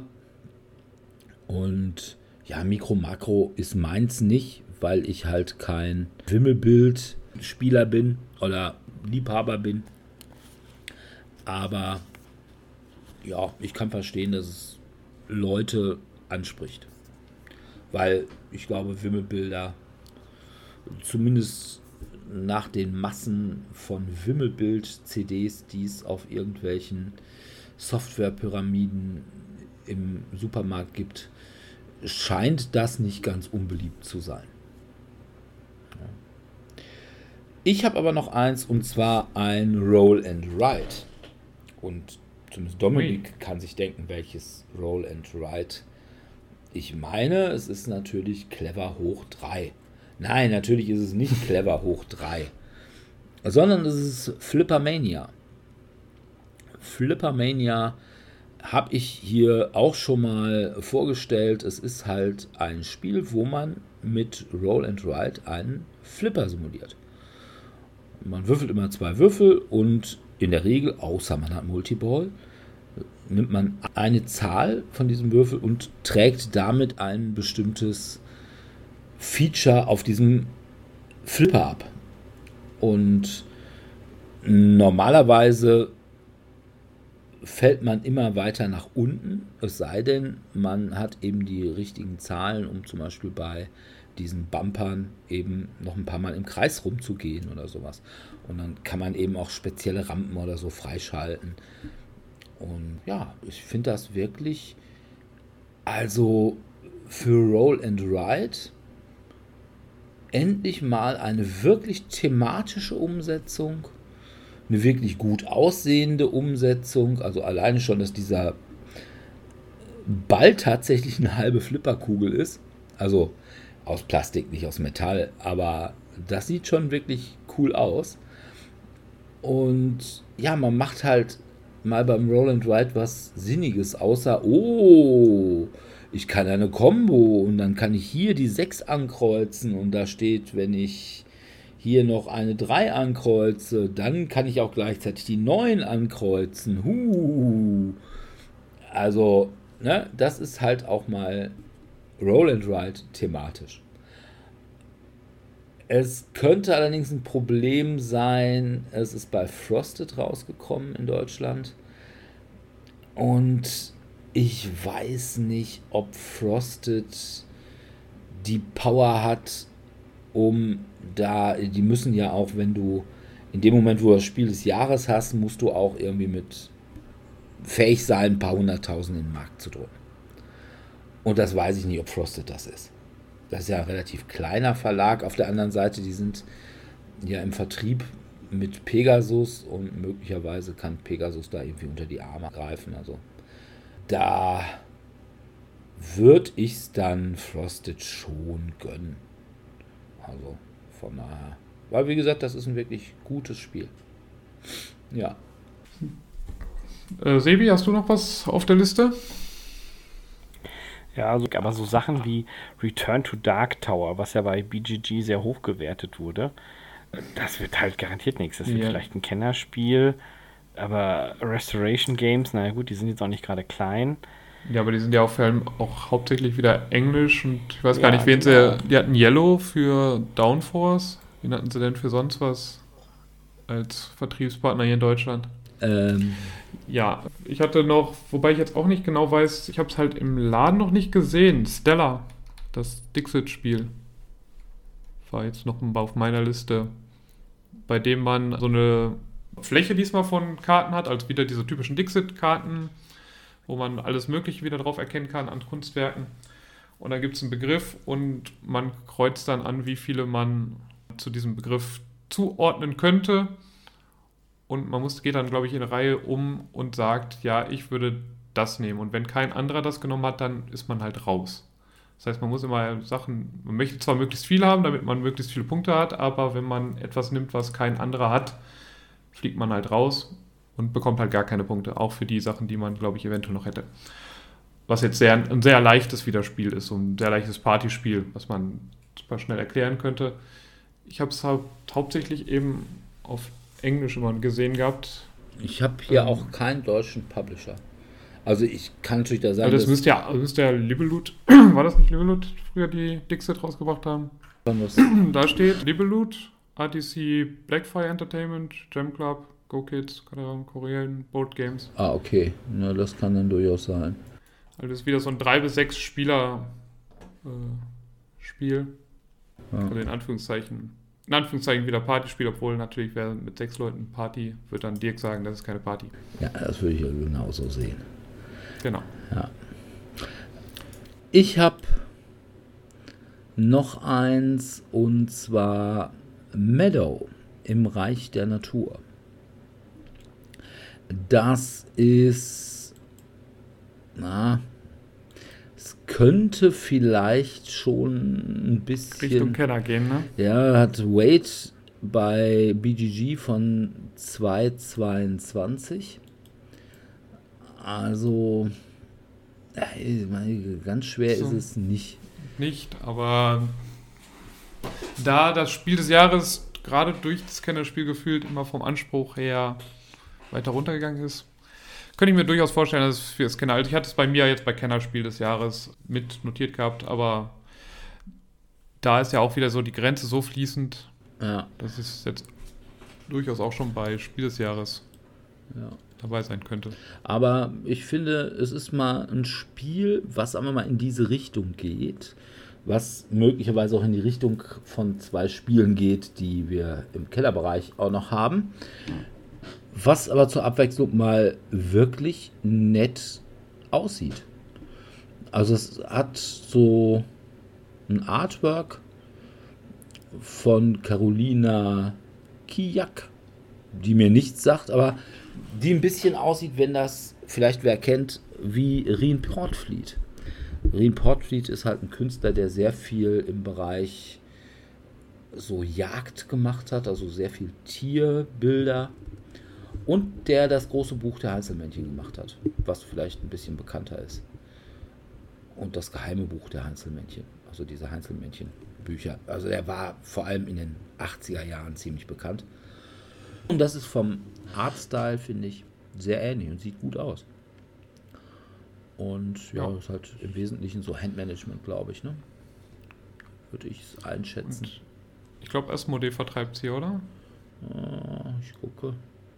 Und ja, Mikro Makro ist meins nicht, weil ich halt kein Wimmelbild-Spieler bin oder Liebhaber bin. Aber ja, ich kann verstehen, dass es Leute anspricht. Weil ich glaube, Wimmelbilder, zumindest nach den Massen von Wimmelbild-C Ds, die es auf irgendwelchen Softwarepyramiden im Supermarkt gibt, scheint das nicht ganz unbeliebt zu sein. Ich habe aber noch eins, und zwar ein Roll and Ride. Und zumindest Dominik kann sich denken, welches Roll and Ride ich meine. Es ist natürlich Clever hoch drei. Nein, natürlich ist es nicht Clever hoch drei, sondern es ist Flippermania. Flippermania habe ich hier auch schon mal vorgestellt. Es ist halt ein Spiel, wo man mit Roll and Ride einen Flipper simuliert. Man würfelt immer zwei Würfel und in der Regel, außer man hat Multiball, nimmt man eine Zahl von diesem Würfel und trägt damit ein bestimmtes Feature auf diesem Flipper ab. Und normalerweise fällt man immer weiter nach unten, es sei denn, man hat eben die richtigen Zahlen, um zum Beispiel bei diesen Bumpern eben noch ein paar Mal im Kreis rumzugehen oder sowas. Und dann kann man eben auch spezielle Rampen oder so freischalten. Und ja, ich finde das wirklich, also für Roll and Ride, endlich mal eine wirklich thematische Umsetzung, eine wirklich gut aussehende Umsetzung, also alleine schon, dass dieser Ball tatsächlich eine halbe Flipperkugel ist, also aus Plastik, nicht aus Metall, aber das sieht schon wirklich cool aus. Und ja, man macht halt mal beim Roll and Ride was Sinniges, außer, oh, ich kann eine Combo und dann kann ich hier die sechs ankreuzen und da steht, wenn ich hier noch eine drei ankreuze, dann kann ich auch gleichzeitig die neun ankreuzen. Huh. Also, ne, das ist halt auch mal Roll and Ride thematisch. Es könnte allerdings ein Problem sein, es ist bei Frosted rausgekommen in Deutschland und ich weiß nicht, ob Frosted die Power hat, um da, die müssen ja auch, wenn du in dem Moment, wo du das Spiel des Jahres hast, musst du auch irgendwie mit fähig sein, ein paar hunderttausend in den Markt zu drücken. Und das weiß ich nicht, ob Frosted das ist. Das ist ja ein relativ kleiner Verlag. Auf der anderen Seite, die sind ja im Vertrieb mit Pegasus und möglicherweise kann Pegasus da irgendwie unter die Arme greifen. Also da würde ich es dann Frosted schon gönnen. Also von daher. Weil wie gesagt, das ist ein wirklich gutes Spiel. Ja. Äh, Sebi, hast du noch was auf der Liste? Ja, also, aber so Sachen wie Return to Dark Tower, was ja bei B G G sehr hoch gewertet wurde, das wird halt garantiert nichts. Das wird Ja. vielleicht ein Kennerspiel, aber Restoration Games, naja gut, die sind jetzt auch nicht gerade klein. Ja, aber die sind ja auch, vor allem auch hauptsächlich wieder Englisch und ich weiß Ja, gar nicht, wen genau. sie. Die hatten Yellow für Downforce. Wen hatten sie denn für sonst was als Vertriebspartner hier in Deutschland? Ähm, Ja, ich hatte noch, wobei ich jetzt auch nicht genau weiß, ich habe es halt im Laden noch nicht gesehen. Stella, das Dixit-Spiel, war jetzt noch auf meiner Liste, bei dem man so eine Fläche diesmal von Karten hat, also wieder diese typischen Dixit-Karten, wo man alles Mögliche wieder drauf erkennen kann an Kunstwerken. Und dann gibt es einen Begriff und man kreuzt dann an, wie viele man zu diesem Begriff zuordnen könnte. Und man muss, geht dann, glaube ich, in eine Reihe um und sagt, ja, ich würde das nehmen. Und wenn kein anderer das genommen hat, dann ist man halt raus. Das heißt, man muss immer Sachen, man möchte zwar möglichst viel haben, damit man möglichst viele Punkte hat, aber wenn man etwas nimmt, was kein anderer hat, fliegt man halt raus und bekommt halt gar keine Punkte. Auch für die Sachen, die man, glaube ich, eventuell noch hätte. Was jetzt sehr, ein sehr leichtes Wiederspiel ist, so ein sehr leichtes Partyspiel, was man super schnell erklären könnte. Ich habe es hau- hauptsächlich eben auf Englisch immer gesehen gehabt. ich habe hier Ähm. auch keinen deutschen Publisher. Also ich kann natürlich da sagen, Also das dass müsste ja, müsste ja Libelut, war das nicht Libelut, früher die Dixit rausgebracht haben? was, Da steht Libelut, R T C Blackfire Entertainment, Gem Club, Go Kids, keine Ahnung, Korean Board Games. ah, okay. Na, das kann dann durchaus sein. Also das ist wieder so ein drei bis sechs Spieler äh, Spiel. Ja. Also in Anführungszeichen. In Anführungszeichen wieder Partyspiel, obwohl natürlich wer mit sechs Leuten Party, wird dann Dirk sagen, das ist keine Party. Ja, das würde ich ja genauso sehen. Genau. Ich habe noch eins und zwar Meadow im Reich der Natur. Das ist, na, es könnte vielleicht schon ein bisschen Richtung Keller gehen, ne? Ja, hat Weight bei B G G von zwei Komma zweiundzwanzig. Also, ja, ich meine, ganz schwer So. ist es nicht. Nicht, aber da das Spiel des Jahres gerade durch das Kennerspiel gefühlt immer vom Anspruch her weiter runtergegangen ist, könnte ich mir durchaus vorstellen, dass es für das Kenner, also ich hatte es bei mir jetzt bei Kennerspiel des Jahres mit notiert gehabt, aber da ist ja auch wieder so die Grenze so fließend, Ja, dass es jetzt durchaus auch schon bei Spiel des Jahres ja. dabei sein könnte. Aber ich finde, es ist mal ein Spiel, was einmal mal in diese Richtung geht, was möglicherweise auch in die Richtung von zwei Spielen geht, die wir im Kellerbereich auch noch haben. Was aber zur Abwechslung mal wirklich nett aussieht. Also es hat so ein Artwork von Carolina Kijak, die mir nichts sagt, aber die ein bisschen aussieht, wenn das, vielleicht wer kennt, wie Rien Portfleet. Reen Portfleet ist halt ein Künstler, der sehr viel im Bereich so Jagd gemacht hat, also sehr viel Tierbilder, und der das große Buch der Heinzelmännchen gemacht hat, was vielleicht ein bisschen bekannter ist. Und das geheime Buch der Heinzelmännchen, also diese Heinzelmännchen-Bücher. Also der war vor allem in den achtziger Jahren ziemlich bekannt. Und das ist vom Artstyle, finde ich, sehr ähnlich und sieht gut aus. Und ja, Ja. ist halt im Wesentlichen so Handmanagement, glaube ich, ne? Würde ich es einschätzen. Und ich glaube, Asmodee vertreibt sie, oder? Ah, ich gucke.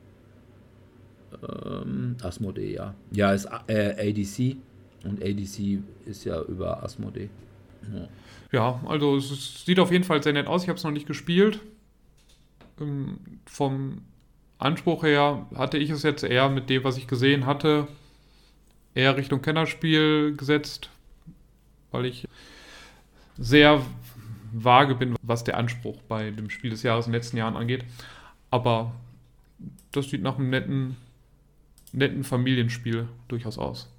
Ähm, Asmodee, ja. Ja, ist äh, A D C. Und A D C ist ja über Asmodee. Ja. Ja, also es ist, sieht auf jeden Fall sehr nett aus. Ich habe es noch nicht gespielt. Ähm, vom Anspruch her hatte ich es jetzt eher mit dem, was ich gesehen hatte, eher Richtung Kennerspiel gesetzt, weil ich sehr vage bin, was der Anspruch bei dem Spiel des Jahres in den letzten Jahren angeht. Aber das sieht nach einem netten, netten Familienspiel durchaus aus.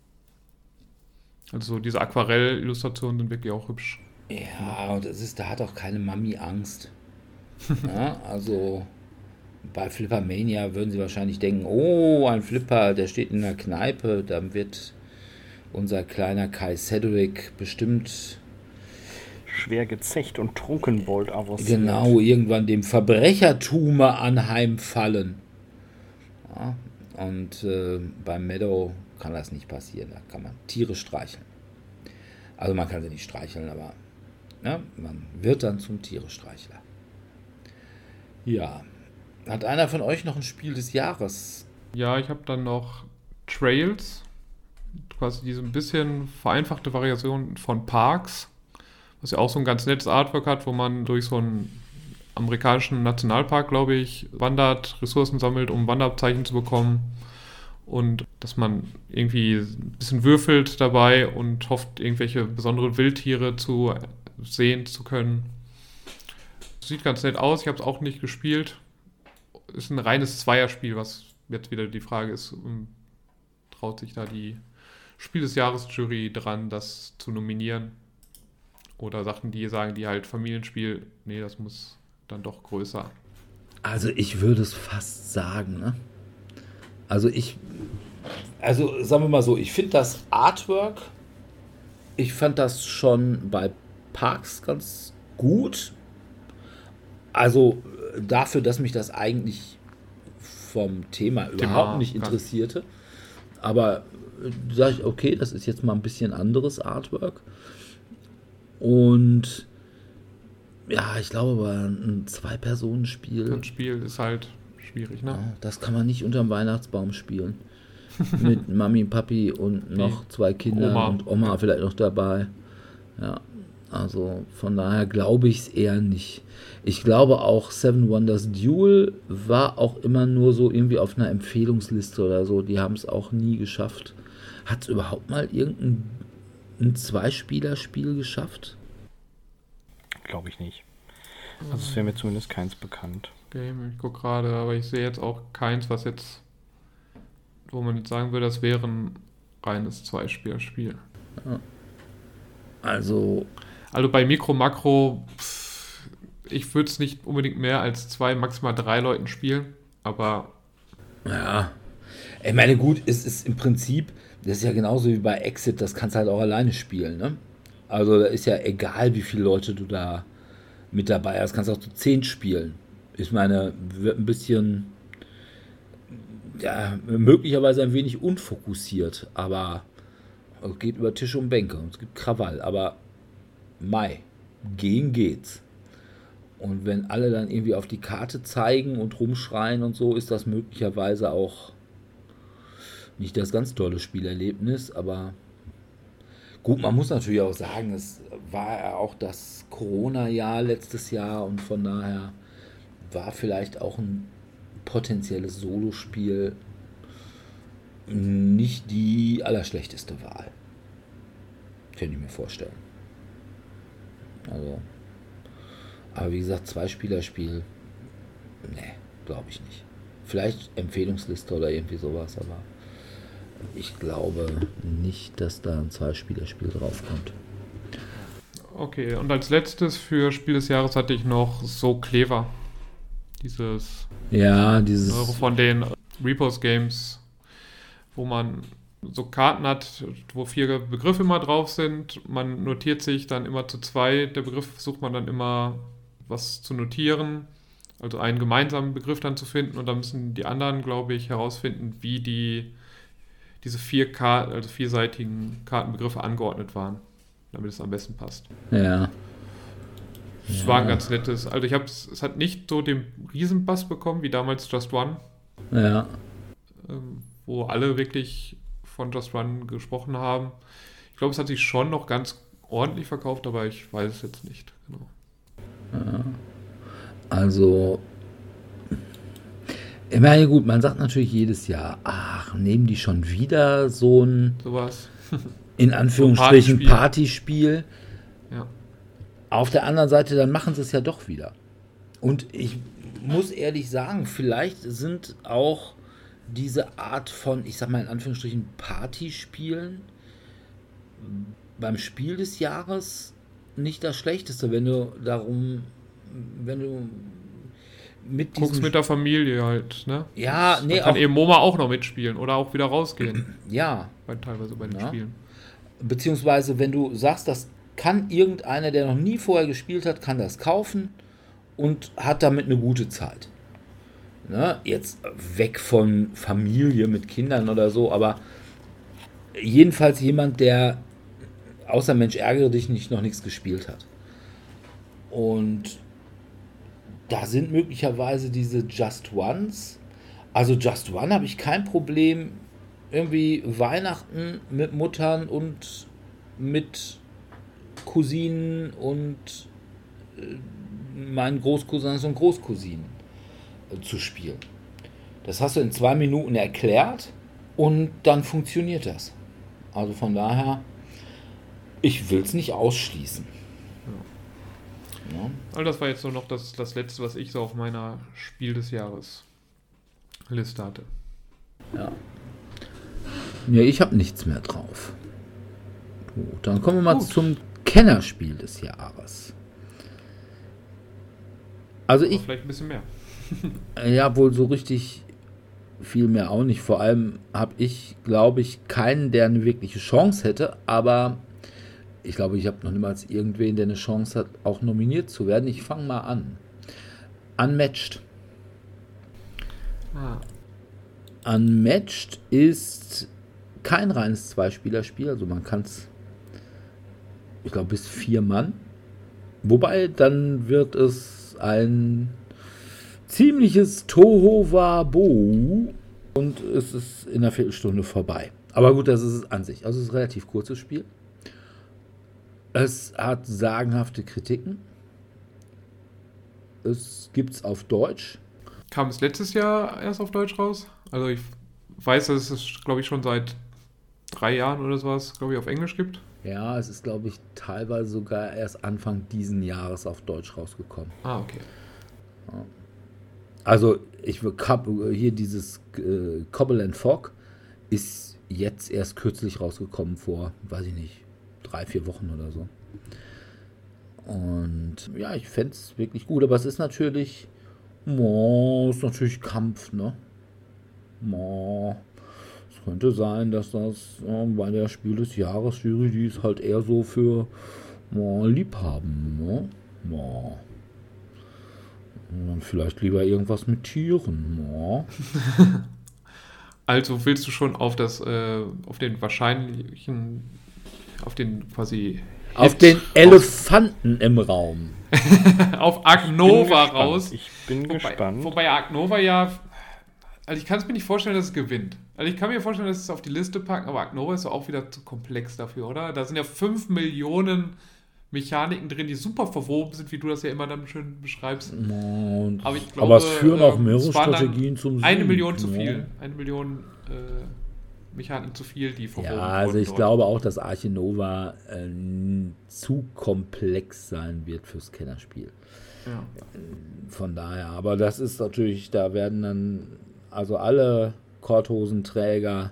Also diese Aquarell-Illustrationen sind wirklich auch hübsch. Ja, und es ist, da hat auch keine Mami Angst. Ja, also bei Flippermania würden sie wahrscheinlich denken, oh, ein Flipper, der steht in der Kneipe, dann wird unser kleiner Kai Cedric bestimmt Schwer gezecht und Trunkenbold avanciert. genau irgendwann dem Verbrechertume anheimfallen. Ja, und äh, beim Meadow kann das nicht passieren, da kann man Tiere streicheln. Also man kann sie nicht streicheln, aber ne, man wird dann zum Tierestreichler. Ja, hat einer von euch noch ein Spiel des Jahres? Ja, ich habe dann noch Trails, quasi diese ein bisschen vereinfachte Variation von Parks, was ja auch so ein ganz nettes Artwork hat, wo man durch so einen amerikanischen Nationalpark, glaube ich, wandert, Ressourcen sammelt, um Wanderabzeichen zu bekommen, und dass man irgendwie ein bisschen würfelt dabei und hofft, irgendwelche besonderen Wildtiere zu sehen zu können. Sieht ganz nett aus, ich habe es auch nicht gespielt. Ist ein reines Zweierspiel, was jetzt wieder die Frage ist, um, traut sich da die Spiel des Jahres-Jury dran, das zu nominieren? Oder Sachen, die sagen, die halt Familienspiel, nee, das muss dann doch größer. Also ich würde es fast sagen, ne? Also ich, also sagen wir mal so, ich finde das Artwork, ich fand das schon bei Parks ganz gut. Also dafür, dass mich das eigentlich vom Thema überhaupt nicht interessierte. Aber sage ich, okay, das ist jetzt mal ein bisschen anderes Artwork. Und ja, ich glaube, ein Zwei-Personen-Spiel. Ein Spiel ist halt schwierig, ne? Ja, das kann man nicht unterm Weihnachtsbaum spielen. Mit Mami, Papi und noch Die zwei Kindern Oma. und Oma vielleicht noch dabei. Ja, also von daher glaube ich es eher nicht. Ich glaube auch Seven Wonders Duel war auch immer nur so irgendwie auf einer Empfehlungsliste oder so. Die haben es auch nie geschafft. Hat es überhaupt mal irgendein ein Zweispieler-Spiel geschafft? Glaube ich nicht. Also es wäre mir zumindest keins bekannt. Game, ich gucke gerade, aber ich sehe jetzt auch keins, was jetzt, wo man jetzt sagen würde, das wäre ein reines Zweispielerspiel. Ja. Also Also bei Mikro Makro, pff, ich würde es nicht unbedingt mehr als zwei, maximal drei Leuten spielen, aber ja, ich meine, gut, es ist im Prinzip, das ist ja genauso wie bei Exit, das kannst du halt auch alleine spielen, ne? Also da ist ja egal, wie viele Leute du da mit dabei hast, kannst auch zu zehn spielen. Ich meine, wird ein bisschen, ja, möglicherweise ein wenig unfokussiert, aber es geht über Tische und Bänke und es gibt Krawall, aber Mai, gehen geht's. Und wenn alle dann irgendwie auf die Karte zeigen und rumschreien und so, ist das möglicherweise auch nicht das ganz tolle Spielerlebnis, aber gut, man muss natürlich auch sagen, es war ja auch das Corona-Jahr letztes Jahr und von daher war vielleicht auch ein potenzielles Solospiel nicht die allerschlechteste Wahl. Könnte ich mir vorstellen. Also, aber wie gesagt, Zweispielerspiel, nee, glaube ich nicht. Vielleicht Empfehlungsliste oder irgendwie sowas, aber ich glaube nicht, dass da ein Zwei-Spieler-Spiel draufkommt. Okay, und als letztes für Spiel des Jahres hatte ich noch So Clever. Dieses Ja, dieses... von den Repos Games, wo man so Karten hat, wo vier Begriffe immer drauf sind. Man notiert sich dann immer zu zwei. Der Begriff versucht man dann immer was zu notieren, also einen gemeinsamen Begriff dann zu finden, und dann müssen die anderen, glaube ich, herausfinden, wie die diese vier Karten, also vierseitigen Kartenbegriffe angeordnet waren, damit es am besten passt. Ja. Es Ja. war ein ganz nettes, also ich habe es hat nicht so den Riesenbass bekommen wie damals Just One, Ja. ähm, wo alle wirklich von Just One gesprochen haben. Ich glaube, es hat sich schon noch ganz ordentlich verkauft, aber ich weiß es jetzt nicht. Genau. Ja. Also, ich meine, gut, man sagt natürlich jedes Jahr, ach, nehmen die schon wieder so ein, Sowas. in Anführungsstrichen, Partyspiel. Partyspiel. Ja. Auf der anderen Seite, dann machen sie es ja doch wieder. Und ich muss ehrlich sagen, vielleicht sind auch diese Art von, ich sag mal in Anführungsstrichen, Partyspielen beim Spiel des Jahres nicht das Schlechteste, wenn du darum, wenn du mit Guck's diesem... mit der Familie halt, ne? Ja, nee, Da kann auch- eben Moma auch noch mitspielen oder auch wieder rausgehen, Ja, bei, teilweise bei den Ja. Spielen. beziehungsweise wenn du sagst, das kann irgendeiner, der noch nie vorher gespielt hat, kann das kaufen und hat damit eine gute Zeit. Ne? Jetzt weg von Familie mit Kindern oder so, aber jedenfalls jemand, der außer Mensch ärgere dich nicht noch nichts gespielt hat. Und da sind möglicherweise diese Just Ones. Also Just One habe ich kein Problem, irgendwie Weihnachten mit Muttern und mit Cousinen und äh, meinen Großcousins und Großcousinen äh, zu spielen. Das hast du in zwei Minuten erklärt und dann funktioniert das. Also von daher, ich will es nicht ausschließen. Ja. Also das war jetzt so noch das, das Letzte, was ich so auf meiner Spiel des Jahres Liste hatte. Ja. Ja, ich habe nichts mehr drauf. Gut, dann kommen wir mal Gut. zum Kennerspiel des Jahres. Also Aber ich, vielleicht ein bisschen mehr. ja, wohl so richtig viel mehr auch nicht. Vor allem habe ich, glaube ich, keinen, der eine wirkliche Chance hätte, aber ich glaube, ich habe noch niemals irgendwen, der eine Chance hat, auch nominiert zu werden. Ich fange mal an. Unmatched. Ah, Unmatched ist kein reines Zweispielerspiel, also man kann es, ich glaube, bis vier Mann. Wobei, dann wird es ein ziemliches Tohuwabohu und es ist in einer Viertelstunde vorbei. Aber gut, das ist es an sich. Also es ist ein relativ kurzes Spiel. Es hat sagenhafte Kritiken. Es gibt es auf Deutsch. kam es letztes Jahr erst auf Deutsch raus? Also ich weiß, dass es, glaube ich, schon seit drei Jahren oder sowas, glaube ich, auf Englisch gibt. Ja, es ist, glaube ich, teilweise sogar erst Anfang diesen Jahres auf Deutsch rausgekommen. Ah, okay. Also, ich habe hier dieses äh, Cobble and Fog ist jetzt erst kürzlich rausgekommen, vor, weiß ich nicht, drei, vier Wochen oder so. Und ja, ich fände es wirklich gut, aber es ist natürlich, oh, ist natürlich Kampf, ne? Oh, es könnte sein, dass das äh, bei der Spiel des Jahres Jury, die ist halt eher so für oh, Liebhaben, ne? Oh. Und dann vielleicht lieber irgendwas mit Tieren, oh. Also willst du schon auf das, äh, auf den wahrscheinlichen, auf den quasi Auf Hit den raus- Elefanten im Raum. auf Ark Nova gespannt. raus. Ich bin Wobei, gespannt. wobei Ark Nova ja, also ich kann es mir nicht vorstellen, dass es gewinnt. Also ich kann mir vorstellen, dass es auf die Liste packen, aber Ark Nova ist doch auch wieder zu komplex dafür, oder? Da sind ja fünf Millionen Mechaniken drin, die super verwoben sind, wie du das ja immer dann schön beschreibst. Und, Aber ich glaube, aber es führen auch ähm, mehrere es waren dann Strategien zum Sieg. Eine Million zu ne? viel. Eine Million äh, Mechaniken zu viel, die verwoben Ja, also wurden ich dort. glaube auch, dass Arche Nova äh, zu komplex sein wird fürs Kennerspiel. Ja. Von daher, aber das ist natürlich, da werden dann, also alle Korthosenträger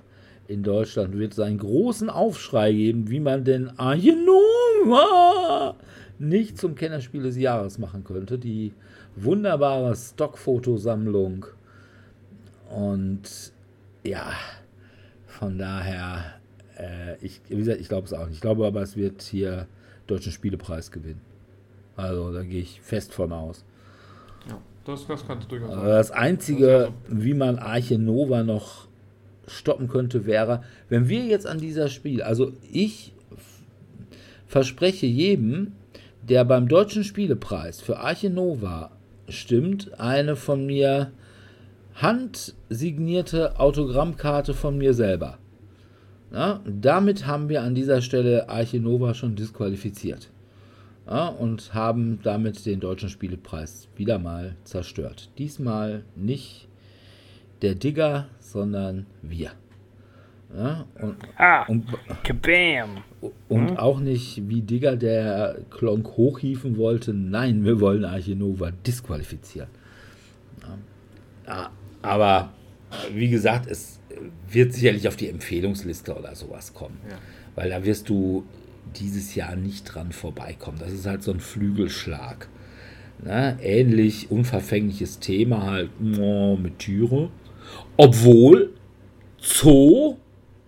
in Deutschland wird es einen großen Aufschrei geben, wie man denn Arche Nova nicht zum Kennerspiel des Jahres machen könnte. Die wunderbare Stockfotosammlung. Und ja, von daher, äh, ich, wie gesagt, ich glaube es auch nicht. Ich glaube aber, es wird hier Deutschen Spielepreis gewinnen. Also da gehe ich fest von aus. Ja, das, das kannst du durchaus sagen. Das Einzige, wie man Arche Nova noch stoppen könnte, wäre, wenn wir jetzt an dieser Spiel, also ich verspreche jedem, der beim Deutschen Spielepreis für Arche Nova stimmt, eine von mir handsignierte Autogrammkarte von mir selber. Ja, damit haben wir an dieser Stelle Arche Nova schon disqualifiziert. Ja, und haben damit den Deutschen Spielepreis wieder mal zerstört. Diesmal nicht der Digger, sondern wir. Ja, und, Ah, und, kabam! und Hm? auch nicht wie Digger, der Klonk hochhieven wollte. Nein, wir wollen Arche Nova disqualifizieren. Ja, ja, aber wie gesagt, es wird sicherlich auf die Empfehlungsliste oder sowas kommen. Ja. Weil da wirst du dieses Jahr nicht dran vorbeikommen. Das ist halt so ein Flügelschlag. Na, ähnlich unverfängliches Thema halt oh, mit Tiere. Obwohl Zoo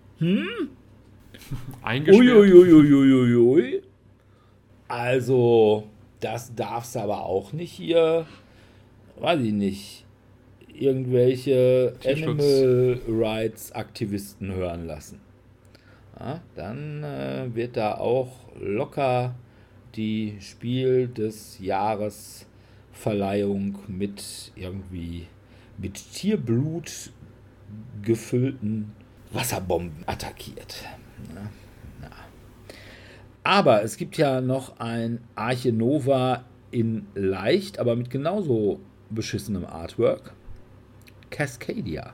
Eingesperrt. Uiuiuiuiui. Also, das darf's aber auch nicht hier, weiß ich nicht, irgendwelche Tierschutz. Animal Rights Aktivisten hören lassen. Ja, dann äh, wird da auch locker die Spiel des Jahres Verleihung mit irgendwie mit Tierblut gefüllten Wasserbomben attackiert. Ja, ja. Aber es gibt ja noch ein Arche Nova in leicht, aber mit genauso beschissenem Artwork. Cascadia.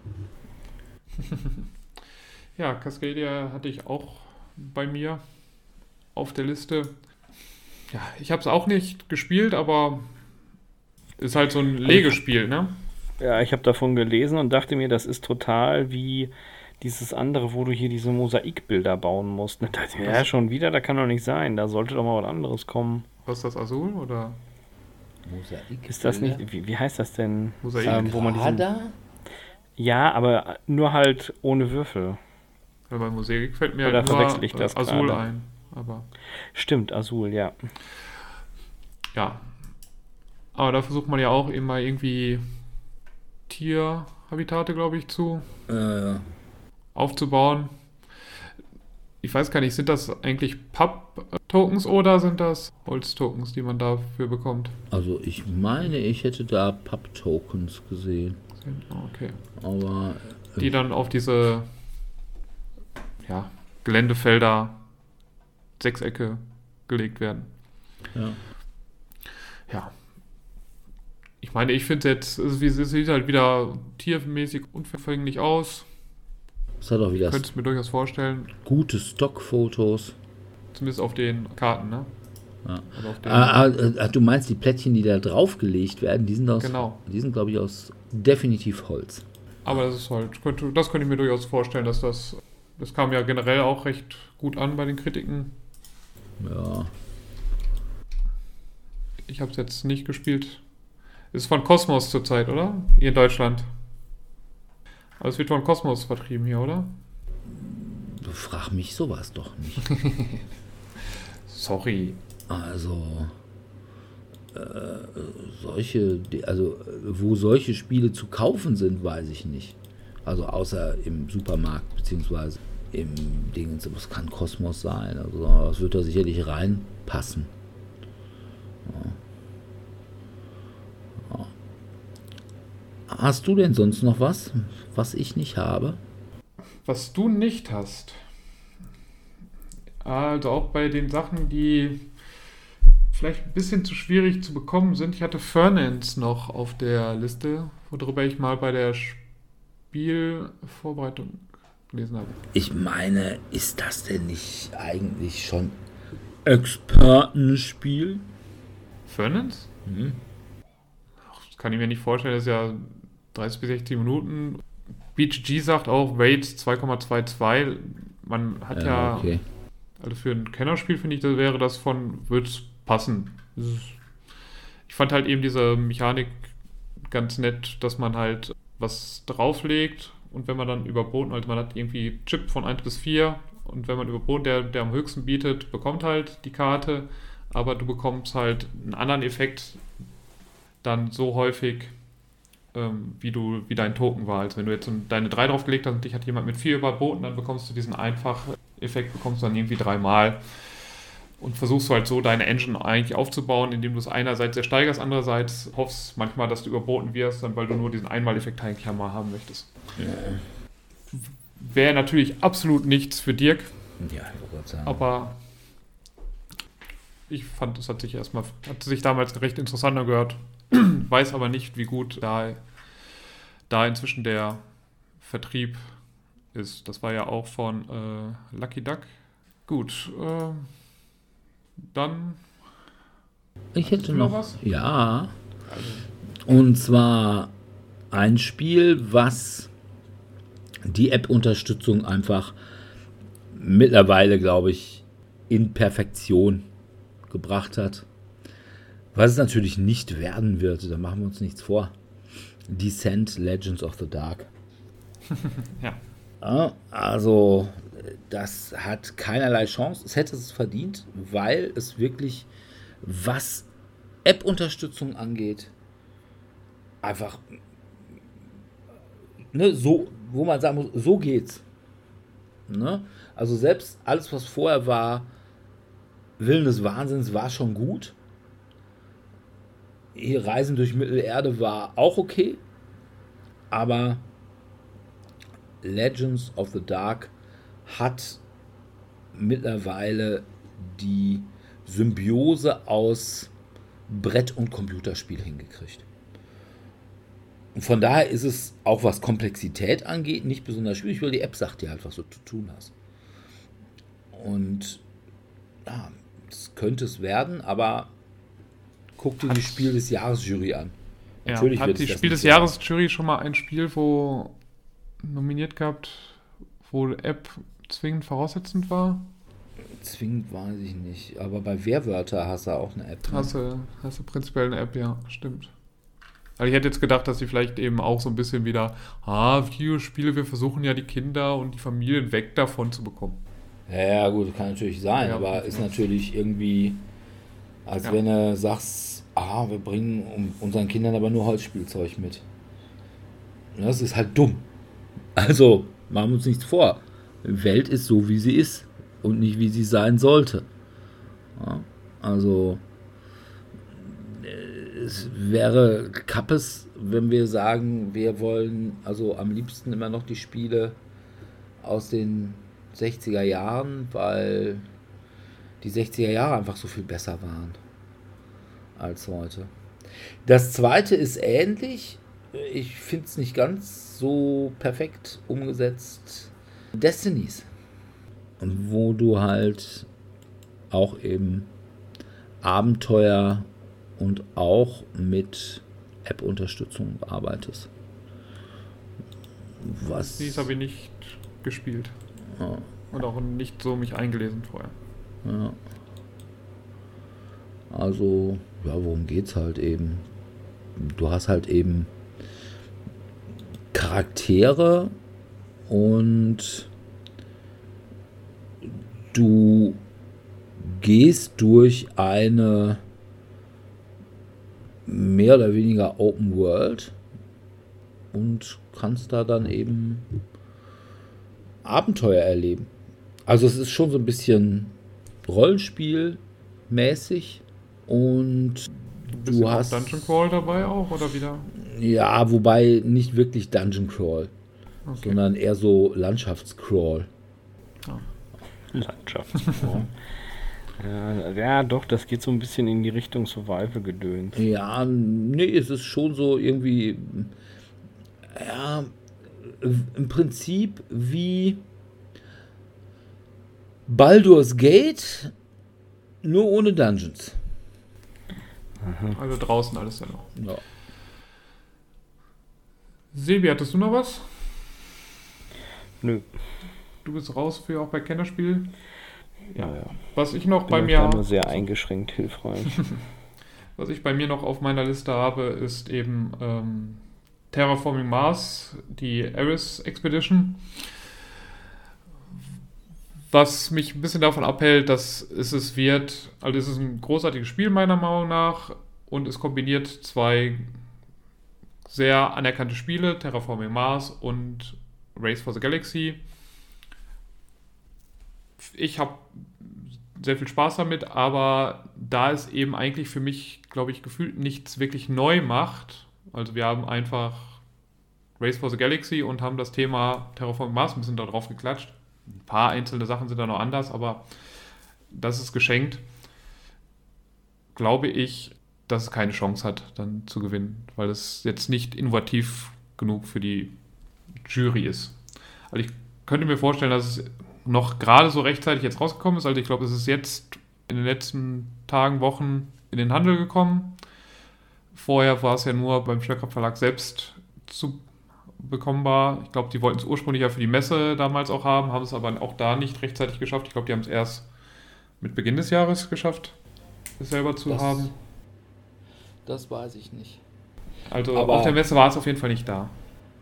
Ja, Cascadia hatte ich auch bei mir auf der Liste. Ja, ich habe es auch nicht gespielt, aber ist halt so ein Legespiel, ne? Ja, ich habe davon gelesen und dachte mir, das ist total wie dieses andere, wo du hier diese Mosaikbilder bauen musst. Da dachte ich mir, ja, schon wieder, da kann doch nicht sein. Da sollte doch mal was anderes kommen. Was ist das, Azul oder Mosaik. Ist das nicht, wie, wie heißt das denn? Mosaik? Ähm, wo man diesen, Radar? ja, aber nur halt ohne Würfel. Weil bei Mosaik fällt mir Oder halt verwechsel ich nur das äh, Azul gerade? ein. Aber Stimmt, Azul, ja. ja. Aber da versucht man ja auch immer irgendwie Tierhabitate, glaube ich, zu Äh, aufzubauen. Ich weiß gar nicht, sind das eigentlich Pub-Tokens oder sind das Holz-Tokens, die man dafür bekommt? also ich meine, ich hätte da Pub-Tokens gesehen. Okay. Aber äh, Die dann auf diese ja, Geländefelder, Sechsecke gelegt werden. ja. Ja. Ich meine, ich finde jetzt, es es sieht halt wieder tiermäßig unverfänglich aus. Es hat auch wieder Könnte es mir durchaus vorstellen. gute Stockfotos. Zumindest auf den Karten, ne? Ja. Oder auf den, Ah, ah, ah, du meinst die Plättchen, die da draufgelegt werden, die sind aus, Genau. die sind glaube ich aus definitiv Holz. Aber das ist halt, könnte, das könnte ich mir durchaus vorstellen, dass das, das kam ja generell auch recht gut an bei den Kritiken. Ja. Ich habe es jetzt nicht gespielt. Ist von Cosmos zurzeit, oder? Hier in Deutschland. Aber es wird von Cosmos vertrieben hier, oder? Du frag mich sowas doch nicht. Sorry. Also äh, solche, also wo solche Spiele zu kaufen sind, weiß ich nicht. Also außer im Supermarkt beziehungsweise im Ding, das kann Kosmos sein. Also das wird da sicherlich reinpassen. Ja. Ja. Hast du denn sonst noch was, was ich nicht habe? Was du nicht hast. Also auch bei den Sachen, die vielleicht ein bisschen zu schwierig zu bekommen sind. Ich hatte Fernance noch auf der Liste, worüber ich mal bei der Spielvorbereitung gelesen habe. Ich meine, ist das denn nicht eigentlich schon Expertenspiel? Fernance? Hm? Das kann ich mir nicht vorstellen, das ist ja dreißig bis sechzig Minuten. B G G sagt auch Weight zwei Komma zweiundzwanzig. Man hat ja, Ja, okay. also für ein Kennerspiel finde ich, das wäre das von, würde es passen. Das ist, ich fand halt eben diese Mechanik ganz nett, dass man halt was drauflegt und wenn man dann über Boden, also man hat irgendwie Chip von eins bis vier und wenn man über Boden, der, der am höchsten bietet, bekommt halt die Karte, aber du bekommst halt einen anderen Effekt dann so häufig, ähm, wie du, wie dein Token war. Also wenn du jetzt deine drei draufgelegt hast und dich hat jemand mit vier überboten, dann bekommst du diesen Einfach-Effekt, bekommst du dann irgendwie dreimal und versuchst du halt so deine Engine eigentlich aufzubauen, indem du es einerseits sehr steigerst, andererseits hoffst manchmal, dass du überboten wirst, dann weil du nur diesen Einmal-Effekt eigentlich mal haben möchtest. Ja, Wäre natürlich absolut nichts für Dirk, ja ich wollte sagen. aber ich fand, es hat sich erstmal, hat sich damals recht interessant angehört. Weiß aber nicht, wie gut da, da inzwischen der Vertrieb ist. Das war ja auch von äh, Lucky Duck. Gut, äh, dann. Ich hätte du noch noch was? Ja. Und zwar ein Spiel, was die App-Unterstützung einfach mittlerweile, glaube ich, in Perfektion gebracht hat. Was es natürlich nicht werden wird, da machen wir uns nichts vor. Descent Legends of the Dark. Ja. Ja, also, das hat keinerlei Chance. Es hätte es verdient, weil es wirklich, was App-Unterstützung angeht, einfach, ne, so, wo man sagen muss, so geht's. Ne? Also selbst alles, was vorher war, Willen des Wahnsinns, war schon gut. Hier Reisen durch Mittelerde war auch okay, aber Legends of the Dark hat mittlerweile die Symbiose aus Brett- und Computerspiel hingekriegt. Und von daher ist es auch, was Komplexität angeht, nicht besonders schwierig, weil die App sagt dir halt, was du zu tun hast. Und ja, das könnte es werden, aber guck dir die Spiel des Jahres Jury an. Ja, Natürlich hat wird die es das Spiel nicht des so Jahres Jury schon mal ein Spiel, wo nominiert gehabt, wo App zwingend voraussetzend war? Zwingend weiß ich nicht. Aber bei Wehrwörter hast du auch eine App. Ne? Hast du, hast du prinzipiell eine App, ja, stimmt. Also ich hätte jetzt gedacht, dass sie vielleicht eben auch so ein bisschen wieder, ah, Videospiele, wir versuchen ja die Kinder und die Familien weg davon zu bekommen. Ja, ja, gut, kann natürlich sein, Ja, aber ist natürlich irgendwie, als Ja. wenn du sagst, ah, wir bringen um unseren Kindern aber nur Holzspielzeug mit. Und das ist halt dumm. Also, machen wir uns nichts vor. Die Welt ist so, wie sie ist und nicht, wie sie sein sollte. Ja, also, es wäre Kappes, wenn wir sagen, wir wollen also am liebsten immer noch die Spiele aus den sechziger Jahren, weil die sechziger Jahre einfach so viel besser waren als heute. Das zweite ist ähnlich. Ich finde es nicht ganz so perfekt umgesetzt. Destinies. Und wo du halt auch eben Abenteuer und auch mit App-Unterstützung arbeitest. Was? Dies habe ich nicht gespielt. Ja. Und auch nicht so mich eingelesen vorher. Ja. Also, ja, worum geht's halt eben? Du hast halt eben Charaktere und du gehst durch eine mehr oder weniger Open World und kannst da dann eben Abenteuer erleben. Also es ist schon so ein bisschen Rollenspielmäßig und Ein bisschen du auch hast Dungeon Crawl dabei auch, oder wieder? ja, wobei nicht wirklich Dungeon Crawl, Okay. sondern eher so Landschaftscrawl. Landschaft. ja, ja, doch, das geht so ein bisschen in die Richtung Survival-Gedöns. Ja, nee, es ist schon so irgendwie, ja, im Prinzip wie Baldur's Gate, nur ohne Dungeons. Also draußen alles ja noch. Ja. Sebi, hattest du noch was? Nö. Du bist raus für auch bei Kennerspiel. Ja. Naja. Was ich noch Bin bei euch mir da nur sehr eingeschränkt hilfreich. Was ich bei mir noch auf meiner Liste habe, ist eben ähm, Terraforming Mars, die Eris Expedition. Was mich ein bisschen davon abhält, dass es es wird, also es ist ein großartiges Spiel meiner Meinung nach und es kombiniert zwei sehr anerkannte Spiele, Terraforming Mars und Race for the Galaxy. Ich habe sehr viel Spaß damit, aber da es eben eigentlich für mich, glaube ich, gefühlt nichts wirklich neu macht, also wir haben einfach Race for the Galaxy und haben das Thema Terraforming Mars ein bisschen da drauf geklatscht. Ein paar einzelne Sachen sind da noch anders, aber das ist geschenkt. Glaube ich, dass es keine Chance hat, dann zu gewinnen, weil es jetzt nicht innovativ genug für die Jury ist. Also ich könnte mir vorstellen, dass es noch gerade so rechtzeitig jetzt rausgekommen ist. Also ich glaube, es ist jetzt in den letzten Tagen, Wochen in den Handel gekommen. Vorher war es ja nur beim Schwerkraft Verlag selbst zu bekommbar. Ich glaube, die wollten es ursprünglich ja für die Messe damals auch haben, haben es aber auch da nicht rechtzeitig geschafft. Ich glaube, die haben es erst mit Beginn des Jahres geschafft, es selber zu Das- haben. Das weiß ich nicht. Also aber- auf der Messe war es auf jeden Fall nicht da.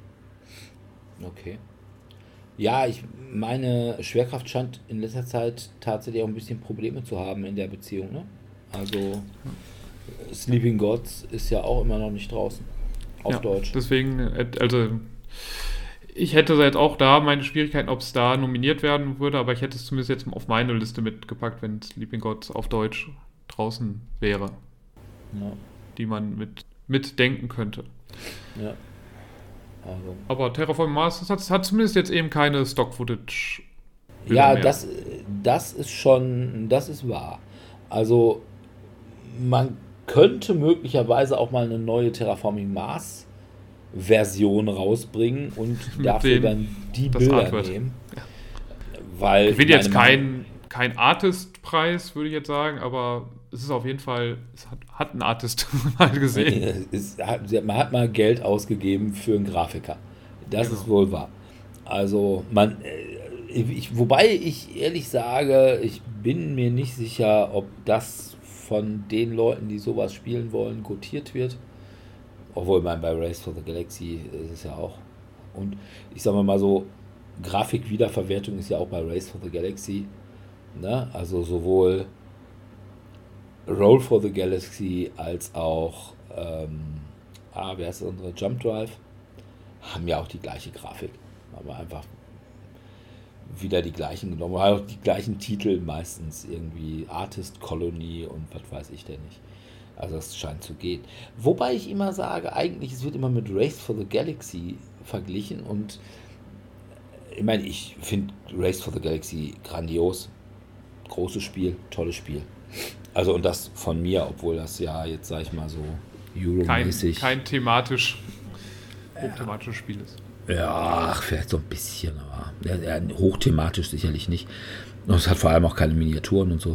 Okay. Ja, ich meine, Schwerkraft scheint in letzter Zeit tatsächlich auch ein bisschen Probleme zu haben in der Beziehung, ne? Also Sleeping Gods ist ja auch immer noch nicht draußen. Auf Ja, Deutsch. Deswegen, äh, also ich hätte jetzt auch da meine Schwierigkeiten, ob es da nominiert werden würde, aber ich hätte es zumindest jetzt auf meine Liste mitgepackt, wenn Sleeping Gods auf Deutsch draußen wäre, Ja, die man mit mitdenken könnte. ja. Also. Aber Terraforming Mars, das hat, das hat zumindest jetzt eben keine Stock-Footage. Ja, mehr. das, das ist schon, das ist wahr. Also man könnte möglicherweise auch mal eine neue Terraforming Mars Version rausbringen und Mit dafür dem dann die das Bilder Artwork. nehmen. Weil Gewinnt ich jetzt meine, kein, kein Artist-Preis, würde ich jetzt sagen, aber es ist auf jeden Fall, es hat, hat ein Artist mal gesehen. Es hat, man hat mal Geld ausgegeben für einen Grafiker. Das Genau. ist wohl wahr. Also man, äh, ich, wobei ich ehrlich sage, ich bin mir nicht sicher, ob das von den Leuten, die sowas spielen wollen, quotiert wird. Obwohl man bei Race for the Galaxy ist es ja auch. Und ich sage mal so, Grafikwiederverwertung ist ja auch bei Race for the Galaxy. Ne? Also sowohl Roll for the Galaxy als auch ähm, ah, wer ist das andere? Jump Drive haben ja auch die gleiche Grafik. Aber einfach wieder die gleichen genommen. Auch die gleichen Titel meistens. Irgendwie Artist Colony und was weiß ich denn nicht. Also das scheint zu gehen. Wobei ich immer sage, eigentlich es wird immer mit Race for the Galaxy verglichen und ich meine, ich finde Race for the Galaxy grandios. Großes Spiel, tolles Spiel. Also und das von mir, obwohl das ja jetzt, sag ich mal so, Kein, Euro-mäßig. kein thematisch, hochthematisches Spiel ist. Ja, ach, vielleicht so ein bisschen, aber ja, ja, hochthematisch sicherlich nicht. Und es hat vor allem auch keine Miniaturen und so.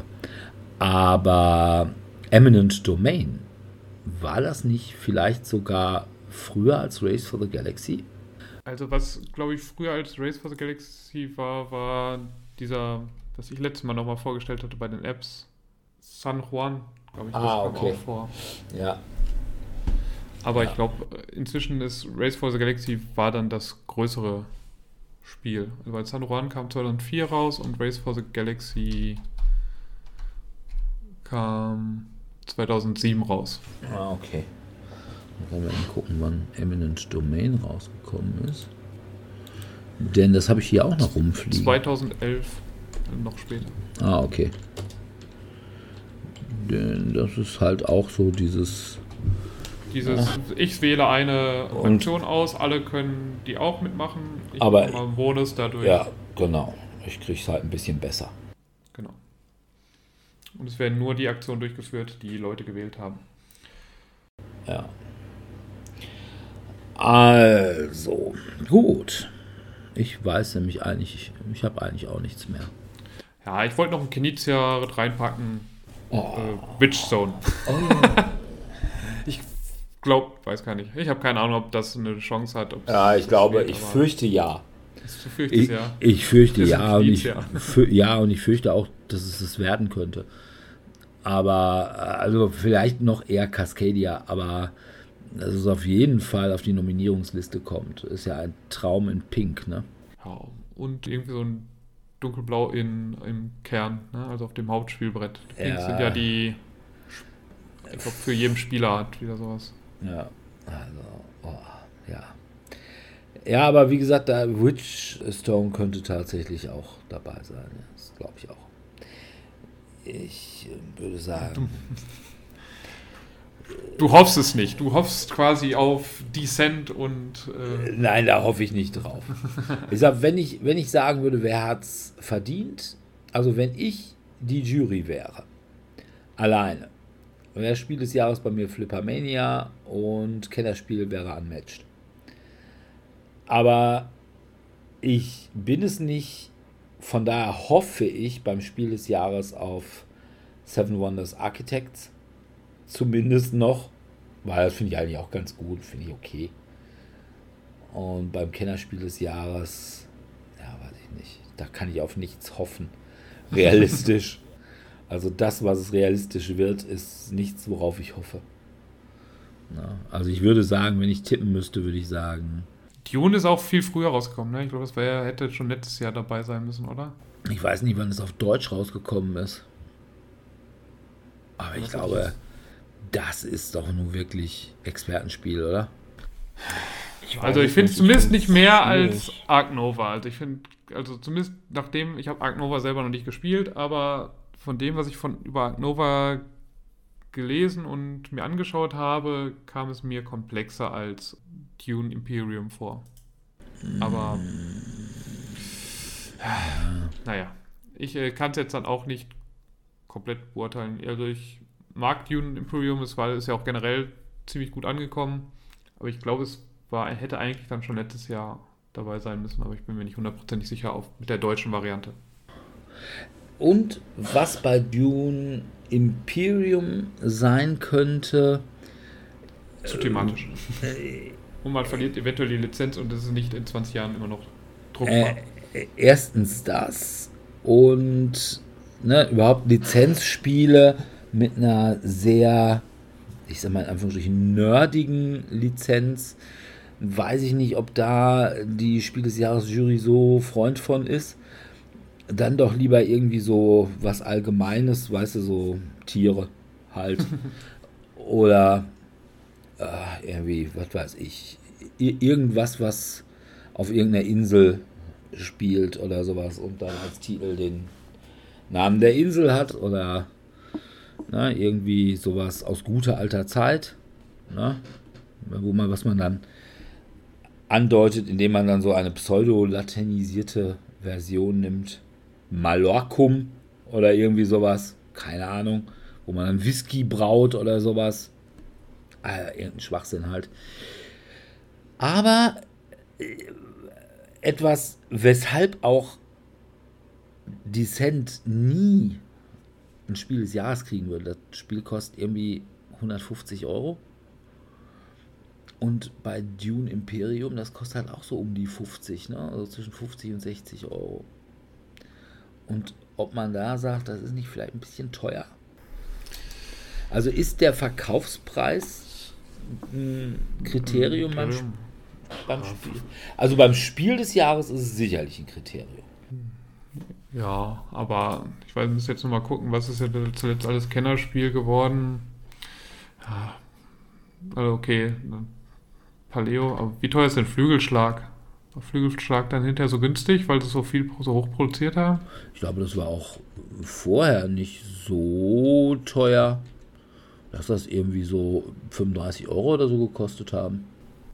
Aber Eminent Domain, war das nicht vielleicht sogar früher als Race for the Galaxy? Also was, glaube ich, früher als Race for the Galaxy war, war dieser, was ich letztes Mal nochmal vorgestellt hatte bei den Apps, San Juan, glaube ich, das Ah, kam okay. auch vor. Ja. Aber Ja. ich glaube, inzwischen ist Race for the Galaxy war dann das größere Spiel. Also weil San Juan kam zweitausendvier raus und Race for the Galaxy kam zweitausendsieben raus. Ah, okay. Dann können wir eben gucken, wann Eminent Domain rausgekommen ist. Denn das habe ich hier auch noch rumfliegen. zweitausendelf, noch später. Ah, okay. Denn das ist halt auch so dieses... Dieses, ich wähle eine Und- Aktion aus, alle können die auch mitmachen. Ich Aber- bekomme einen Bonus dadurch. Ja, genau. Ich kriege es halt ein bisschen besser. Genau. Und es werden nur die Aktionen durchgeführt, die Leute gewählt haben. Ja. Also, gut. Ich weiß nämlich eigentlich, ich, ich habe eigentlich auch nichts mehr. Ja, ich wollte noch ein Knizia reinpacken. Oh. Äh, Witchstone. Ich glaube, weiß gar nicht. Ich habe keine Ahnung, ob das eine Chance hat. ob's Ja, ich glaube, spielt, ich aber- fürchte ja. Du fürchtest Ich, ja. ich fürchte Das ist ja ein und, ich, Glied, ja. fü- ja, und ich fürchte auch, dass es das werden könnte. Aber, äh, also vielleicht noch eher Cascadia, aber dass es auf jeden Fall auf die Nominierungsliste kommt, ist ja ein Traum in Pink, ne? Ja, und irgendwie so ein dunkelblau in, im Kern, ne? Also auf dem Hauptspielbrett. Die Pinks Ja. sind ja die, ich glaube, für jeden Spieler hat wieder sowas. Ja, also, oh, ja. Ja, aber wie gesagt, da Witchstone könnte tatsächlich auch dabei sein. Ja, das glaube ich auch. Ich äh, würde sagen, Du hoffst es nicht. Du hoffst quasi auf Descent und äh, nein, da hoffe ich nicht drauf. Ich sag, wenn ich, wenn ich sagen würde, wer hat's verdient, also wenn ich die Jury wäre, alleine, wäre Spiel des Jahres bei mir Flippermania und Kennerspiel wäre Unmatched. Aber ich bin es nicht, von daher hoffe ich beim Spiel des Jahres auf Seven Wonders Architects, zumindest noch, weil das finde ich eigentlich auch ganz gut, finde ich okay. Und beim Kennerspiel des Jahres, ja, weiß ich nicht, da kann ich auf nichts hoffen, realistisch. Also das, was es realistisch wird, ist nichts, worauf ich hoffe. Na, also ich würde sagen, wenn ich tippen müsste, würde ich sagen, Dune ist auch viel früher rausgekommen, ne? Ich glaube, das wär, hätte schon letztes Jahr dabei sein müssen, oder? ich weiß nicht, wann es auf Deutsch rausgekommen ist. Aber ich Was glaube, ist das ist doch nun wirklich Expertenspiel, oder? Also ich finde es nicht, zumindest find's nicht mehr schwierig. als Ark Nova. Also ich finde, also zumindest nachdem, ich habe Ark Nova selber noch nicht gespielt, aber von dem, was ich von über Ark Nova gelesen und mir angeschaut habe, kam es mir komplexer als Dune Imperium vor. Aber naja, ich äh, kann es jetzt dann auch nicht komplett beurteilen. Also ich mag Dune Imperium, es war, ist ja auch generell ziemlich gut angekommen, aber ich glaube, es war, hätte eigentlich dann schon letztes Jahr dabei sein müssen, aber ich bin mir nicht hundertprozentig sicher auf mit der deutschen Variante. Und was bei Dune Imperium sein könnte, Zu thematisch. Und man verliert eventuell die Lizenz und es ist nicht in zwanzig Jahren immer noch druckbar. äh, erstens das und ne, überhaupt Lizenzspiele mit einer sehr, ich sag mal in Anführungsstrichen, nerdigen Lizenz, weiß ich nicht, ob da die Spiel des Jahres Jury so Freund von ist. Dann doch lieber irgendwie so was Allgemeines, weißt du, so Tiere halt. Oder äh, irgendwie, was weiß ich, i- irgendwas, was auf irgendeiner Insel spielt oder sowas und dann als Titel den Namen der Insel hat oder na, irgendwie sowas aus guter alter Zeit, na, wo man, was man dann andeutet, indem man dann so eine pseudo-lateinisierte Version nimmt. Mallorcum oder irgendwie sowas, keine Ahnung, wo man dann Whisky braut oder sowas. Äh, irgendein Schwachsinn halt. Aber äh, etwas, weshalb auch Descent nie ein Spiel des Jahres kriegen würde. Das Spiel kostet irgendwie hundertfünfzig Euro. Und bei Dune Imperium, das kostet halt auch so um die fünfzig, ne? Also zwischen fünfzig und sechzig Euro. Und ob man da sagt, das ist nicht vielleicht ein bisschen teuer. Also ist der Verkaufspreis ein Kriterium beim, Imperium. beim Spiel? Also beim Spiel des Jahres ist es sicherlich ein Kriterium. Ja, aber ich weiß, ich muss jetzt nochmal gucken, was ist ja zuletzt alles Kennerspiel geworden. Ja, also okay, Paleo, aber wie teuer ist denn Flügelschlag? War Flügelschlag dann hinterher so günstig, weil sie so viel, so hoch produziert haben? Ich glaube, das war auch vorher nicht so teuer, dass das irgendwie so fünfunddreißig Euro oder so gekostet haben.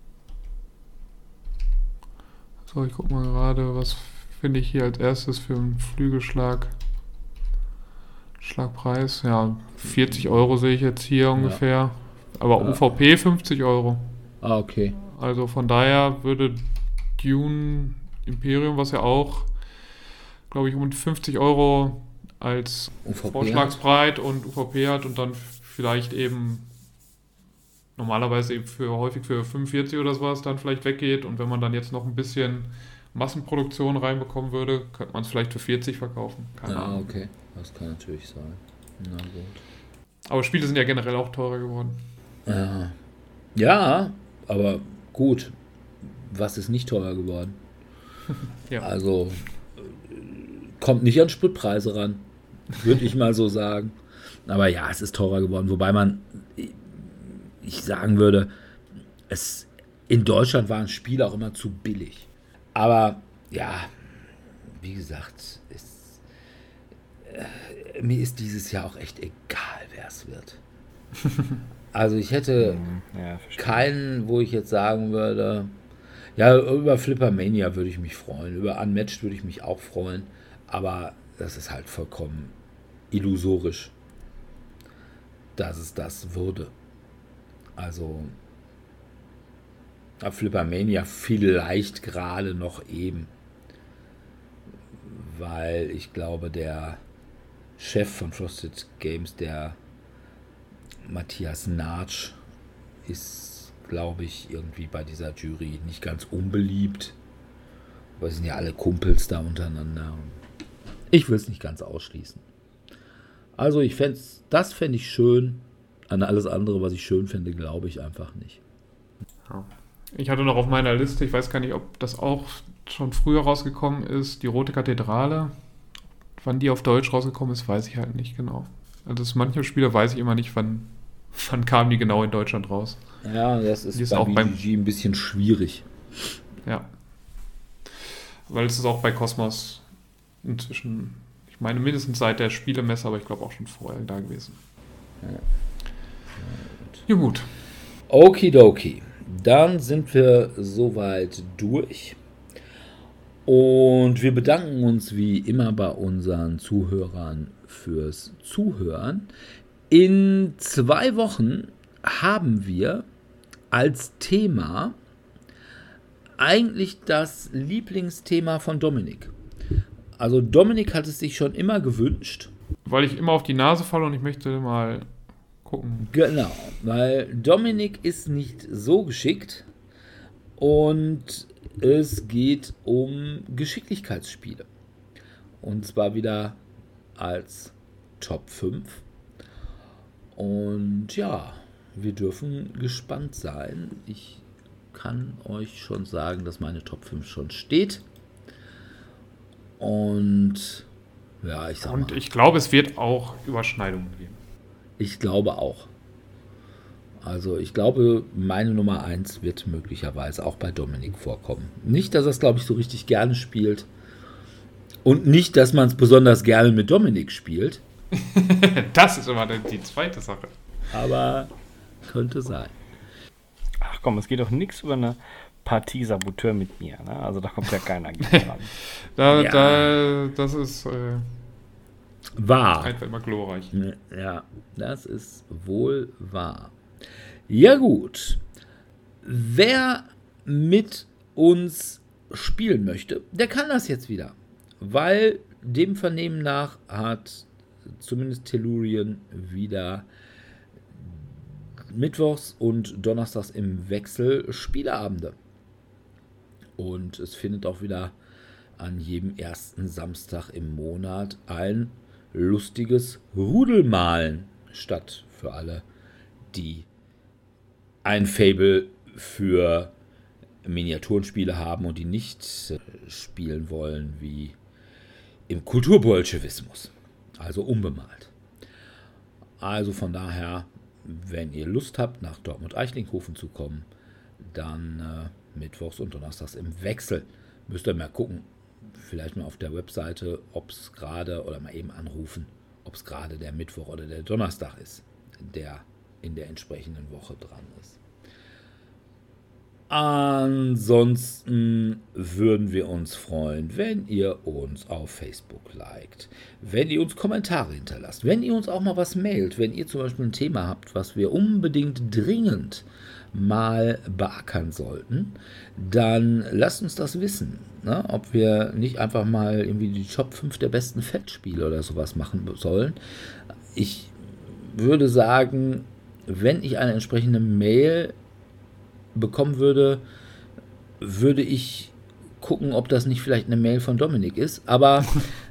So, ich guck mal gerade, was finde ich hier als erstes für einen Flügelschlag. Schlagpreis, ja, vierzig Euro sehe ich jetzt hier ungefähr. Aber Ja. U V P fünfzig Euro. Ah, okay. Also von daher würde Dune Imperium, was ja auch, glaube ich, um fünfzig Euro als U V P Vorschlagsbreit und U V P hat und dann vielleicht eben normalerweise eben für häufig für fünfundvierzig oder sowas dann vielleicht weggeht und wenn man dann jetzt noch ein bisschen Massenproduktion reinbekommen würde, könnte man es vielleicht für vierzig verkaufen. Keine Ja, Ahnung. okay. Das kann natürlich sein. Na gut. Aber Spiele sind ja generell auch teurer geworden. Ja. Ja, aber gut. Was ist nicht teurer geworden? Ja. Also äh, kommt nicht an Spritpreise ran, würde ich mal so sagen. Aber ja, es ist teurer geworden, wobei man, ich sagen würde, es in Deutschland waren Spiele auch immer zu billig. Aber ja, wie gesagt, es, äh, mir ist dieses Jahr auch echt egal, wer es wird. Also ich hätte Ja, verstehe. keinen, wo ich jetzt sagen würde, ja, über Flippermania würde ich mich freuen, über Unmatched würde ich mich auch freuen, aber das ist halt vollkommen illusorisch, dass es das würde. Also ab Flippermania vielleicht gerade noch eben, weil ich glaube, der Chef von Frosted Games, der Matthias Natsch, ist, glaube ich, irgendwie bei dieser Jury nicht ganz unbeliebt. Wir sind ja alle Kumpels da untereinander. Ich will es nicht ganz ausschließen. Also ich fände das fände ich schön. An alles andere, was ich schön finde, glaube ich einfach nicht. Ich hatte noch auf meiner Liste, ich weiß gar nicht, ob das auch schon früher rausgekommen ist, die Rote Kathedrale. Wann die auf Deutsch rausgekommen ist, weiß ich halt nicht genau. Also das manche Spiele weiß ich immer nicht, wann, wann kamen die genau in Deutschland raus. Ja, das ist, Die ist bei auch B beim- G G ein bisschen schwierig. Ja. Weil es ist auch bei Cosmos inzwischen, ich meine mindestens seit der Spielemesse, aber ich glaube auch schon vorher da gewesen. Ja gut. Okidoki. Dann sind wir soweit durch. Und wir bedanken uns wie immer bei unseren Zuhörern fürs Zuhören. In zwei Wochen haben wir als Thema eigentlich das Lieblingsthema von Dominik. Also Dominik hat es sich schon immer gewünscht. Weil ich immer auf die Nase falle und ich möchte mal gucken. Genau, weil Dominik ist nicht so geschickt und es geht um Geschicklichkeitsspiele. Und zwar wieder als Top fünf. Und ja, wir dürfen gespannt sein. Ich kann euch schon sagen, dass meine Top fünf schon steht. Und ja, ich sag Und mal, ich glaube, es wird auch Überschneidungen geben. ich glaube auch. Also ich glaube, meine Nummer eins wird möglicherweise auch bei Dominik vorkommen. Nicht, dass er es, glaube ich, so richtig gerne spielt. Und nicht, dass man es besonders gerne mit Dominik spielt. Das ist immer die die zweite Sache. Aber könnte sein. Ach komm, es geht doch nichts über eine Partie Saboteur mit mir. Ne? Also da kommt ja keiner gegen ran. Da, Ja. da, das ist äh, Wahr. einfach immer glorreich. Ja, das ist wohl wahr. Ja gut. Wer mit uns spielen möchte, der kann das jetzt wieder. Weil dem Vernehmen nach hat zumindest Tellurien wieder mittwochs und donnerstags im Wechsel Spieleabende. Und es findet auch wieder an jedem ersten Samstag im Monat ein lustiges Rudelmalen statt für alle, die ein Faible für Miniaturenspiele haben und die nicht äh, spielen wollen wie im Kulturbolschewismus, also unbemalt. Also von daher, wenn ihr Lust habt, nach Dortmund-Eichlinghofen zu kommen, dann äh, mittwochs und donnerstags im Wechsel. Müsst ihr mal gucken, vielleicht mal auf der Webseite, ob es gerade, oder mal eben anrufen, ob es gerade der Mittwoch oder der Donnerstag ist, der in der entsprechenden Woche dran ist. Ansonsten würden wir uns freuen, wenn ihr uns auf Facebook liked, wenn ihr uns Kommentare hinterlasst, wenn ihr uns auch mal was mailt, wenn ihr zum Beispiel ein Thema habt, was wir unbedingt dringend mal beackern sollten, dann lasst uns das wissen, ne? Ob wir nicht einfach mal irgendwie die Top fünf der besten Fettspiele oder sowas machen sollen. Ich würde sagen, wenn ich eine entsprechende Mail bekommen würde, würde ich gucken, ob das nicht vielleicht eine Mail von Dominik ist. Aber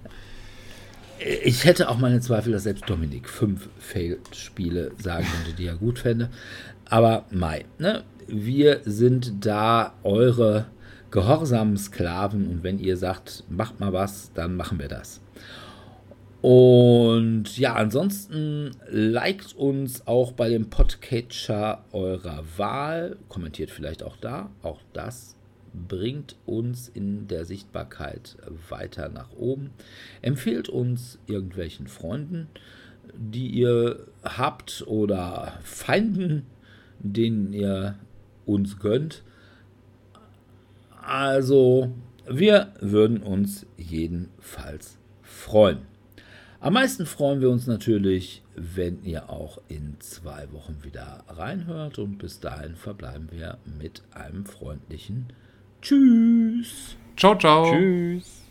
ich hätte auch meine Zweifel, dass selbst Dominik fünf Failed-Spiele sagen könnte, die er gut fände. Aber Mai, ne? Wir sind da eure gehorsamen Sklaven und wenn ihr sagt, macht mal was, dann machen wir das. Und ja, ansonsten liked uns auch bei dem Podcatcher eurer Wahl, kommentiert vielleicht auch da, auch das bringt uns in der Sichtbarkeit weiter nach oben. Empfehlt uns irgendwelchen Freunden, die ihr habt oder Feinden, denen ihr uns gönnt. Also, wir würden uns jedenfalls freuen. Am meisten freuen wir uns natürlich, wenn ihr auch in zwei Wochen wieder reinhört. Und bis dahin verbleiben wir mit einem freundlichen Tschüss. Ciao, ciao. Tschüss.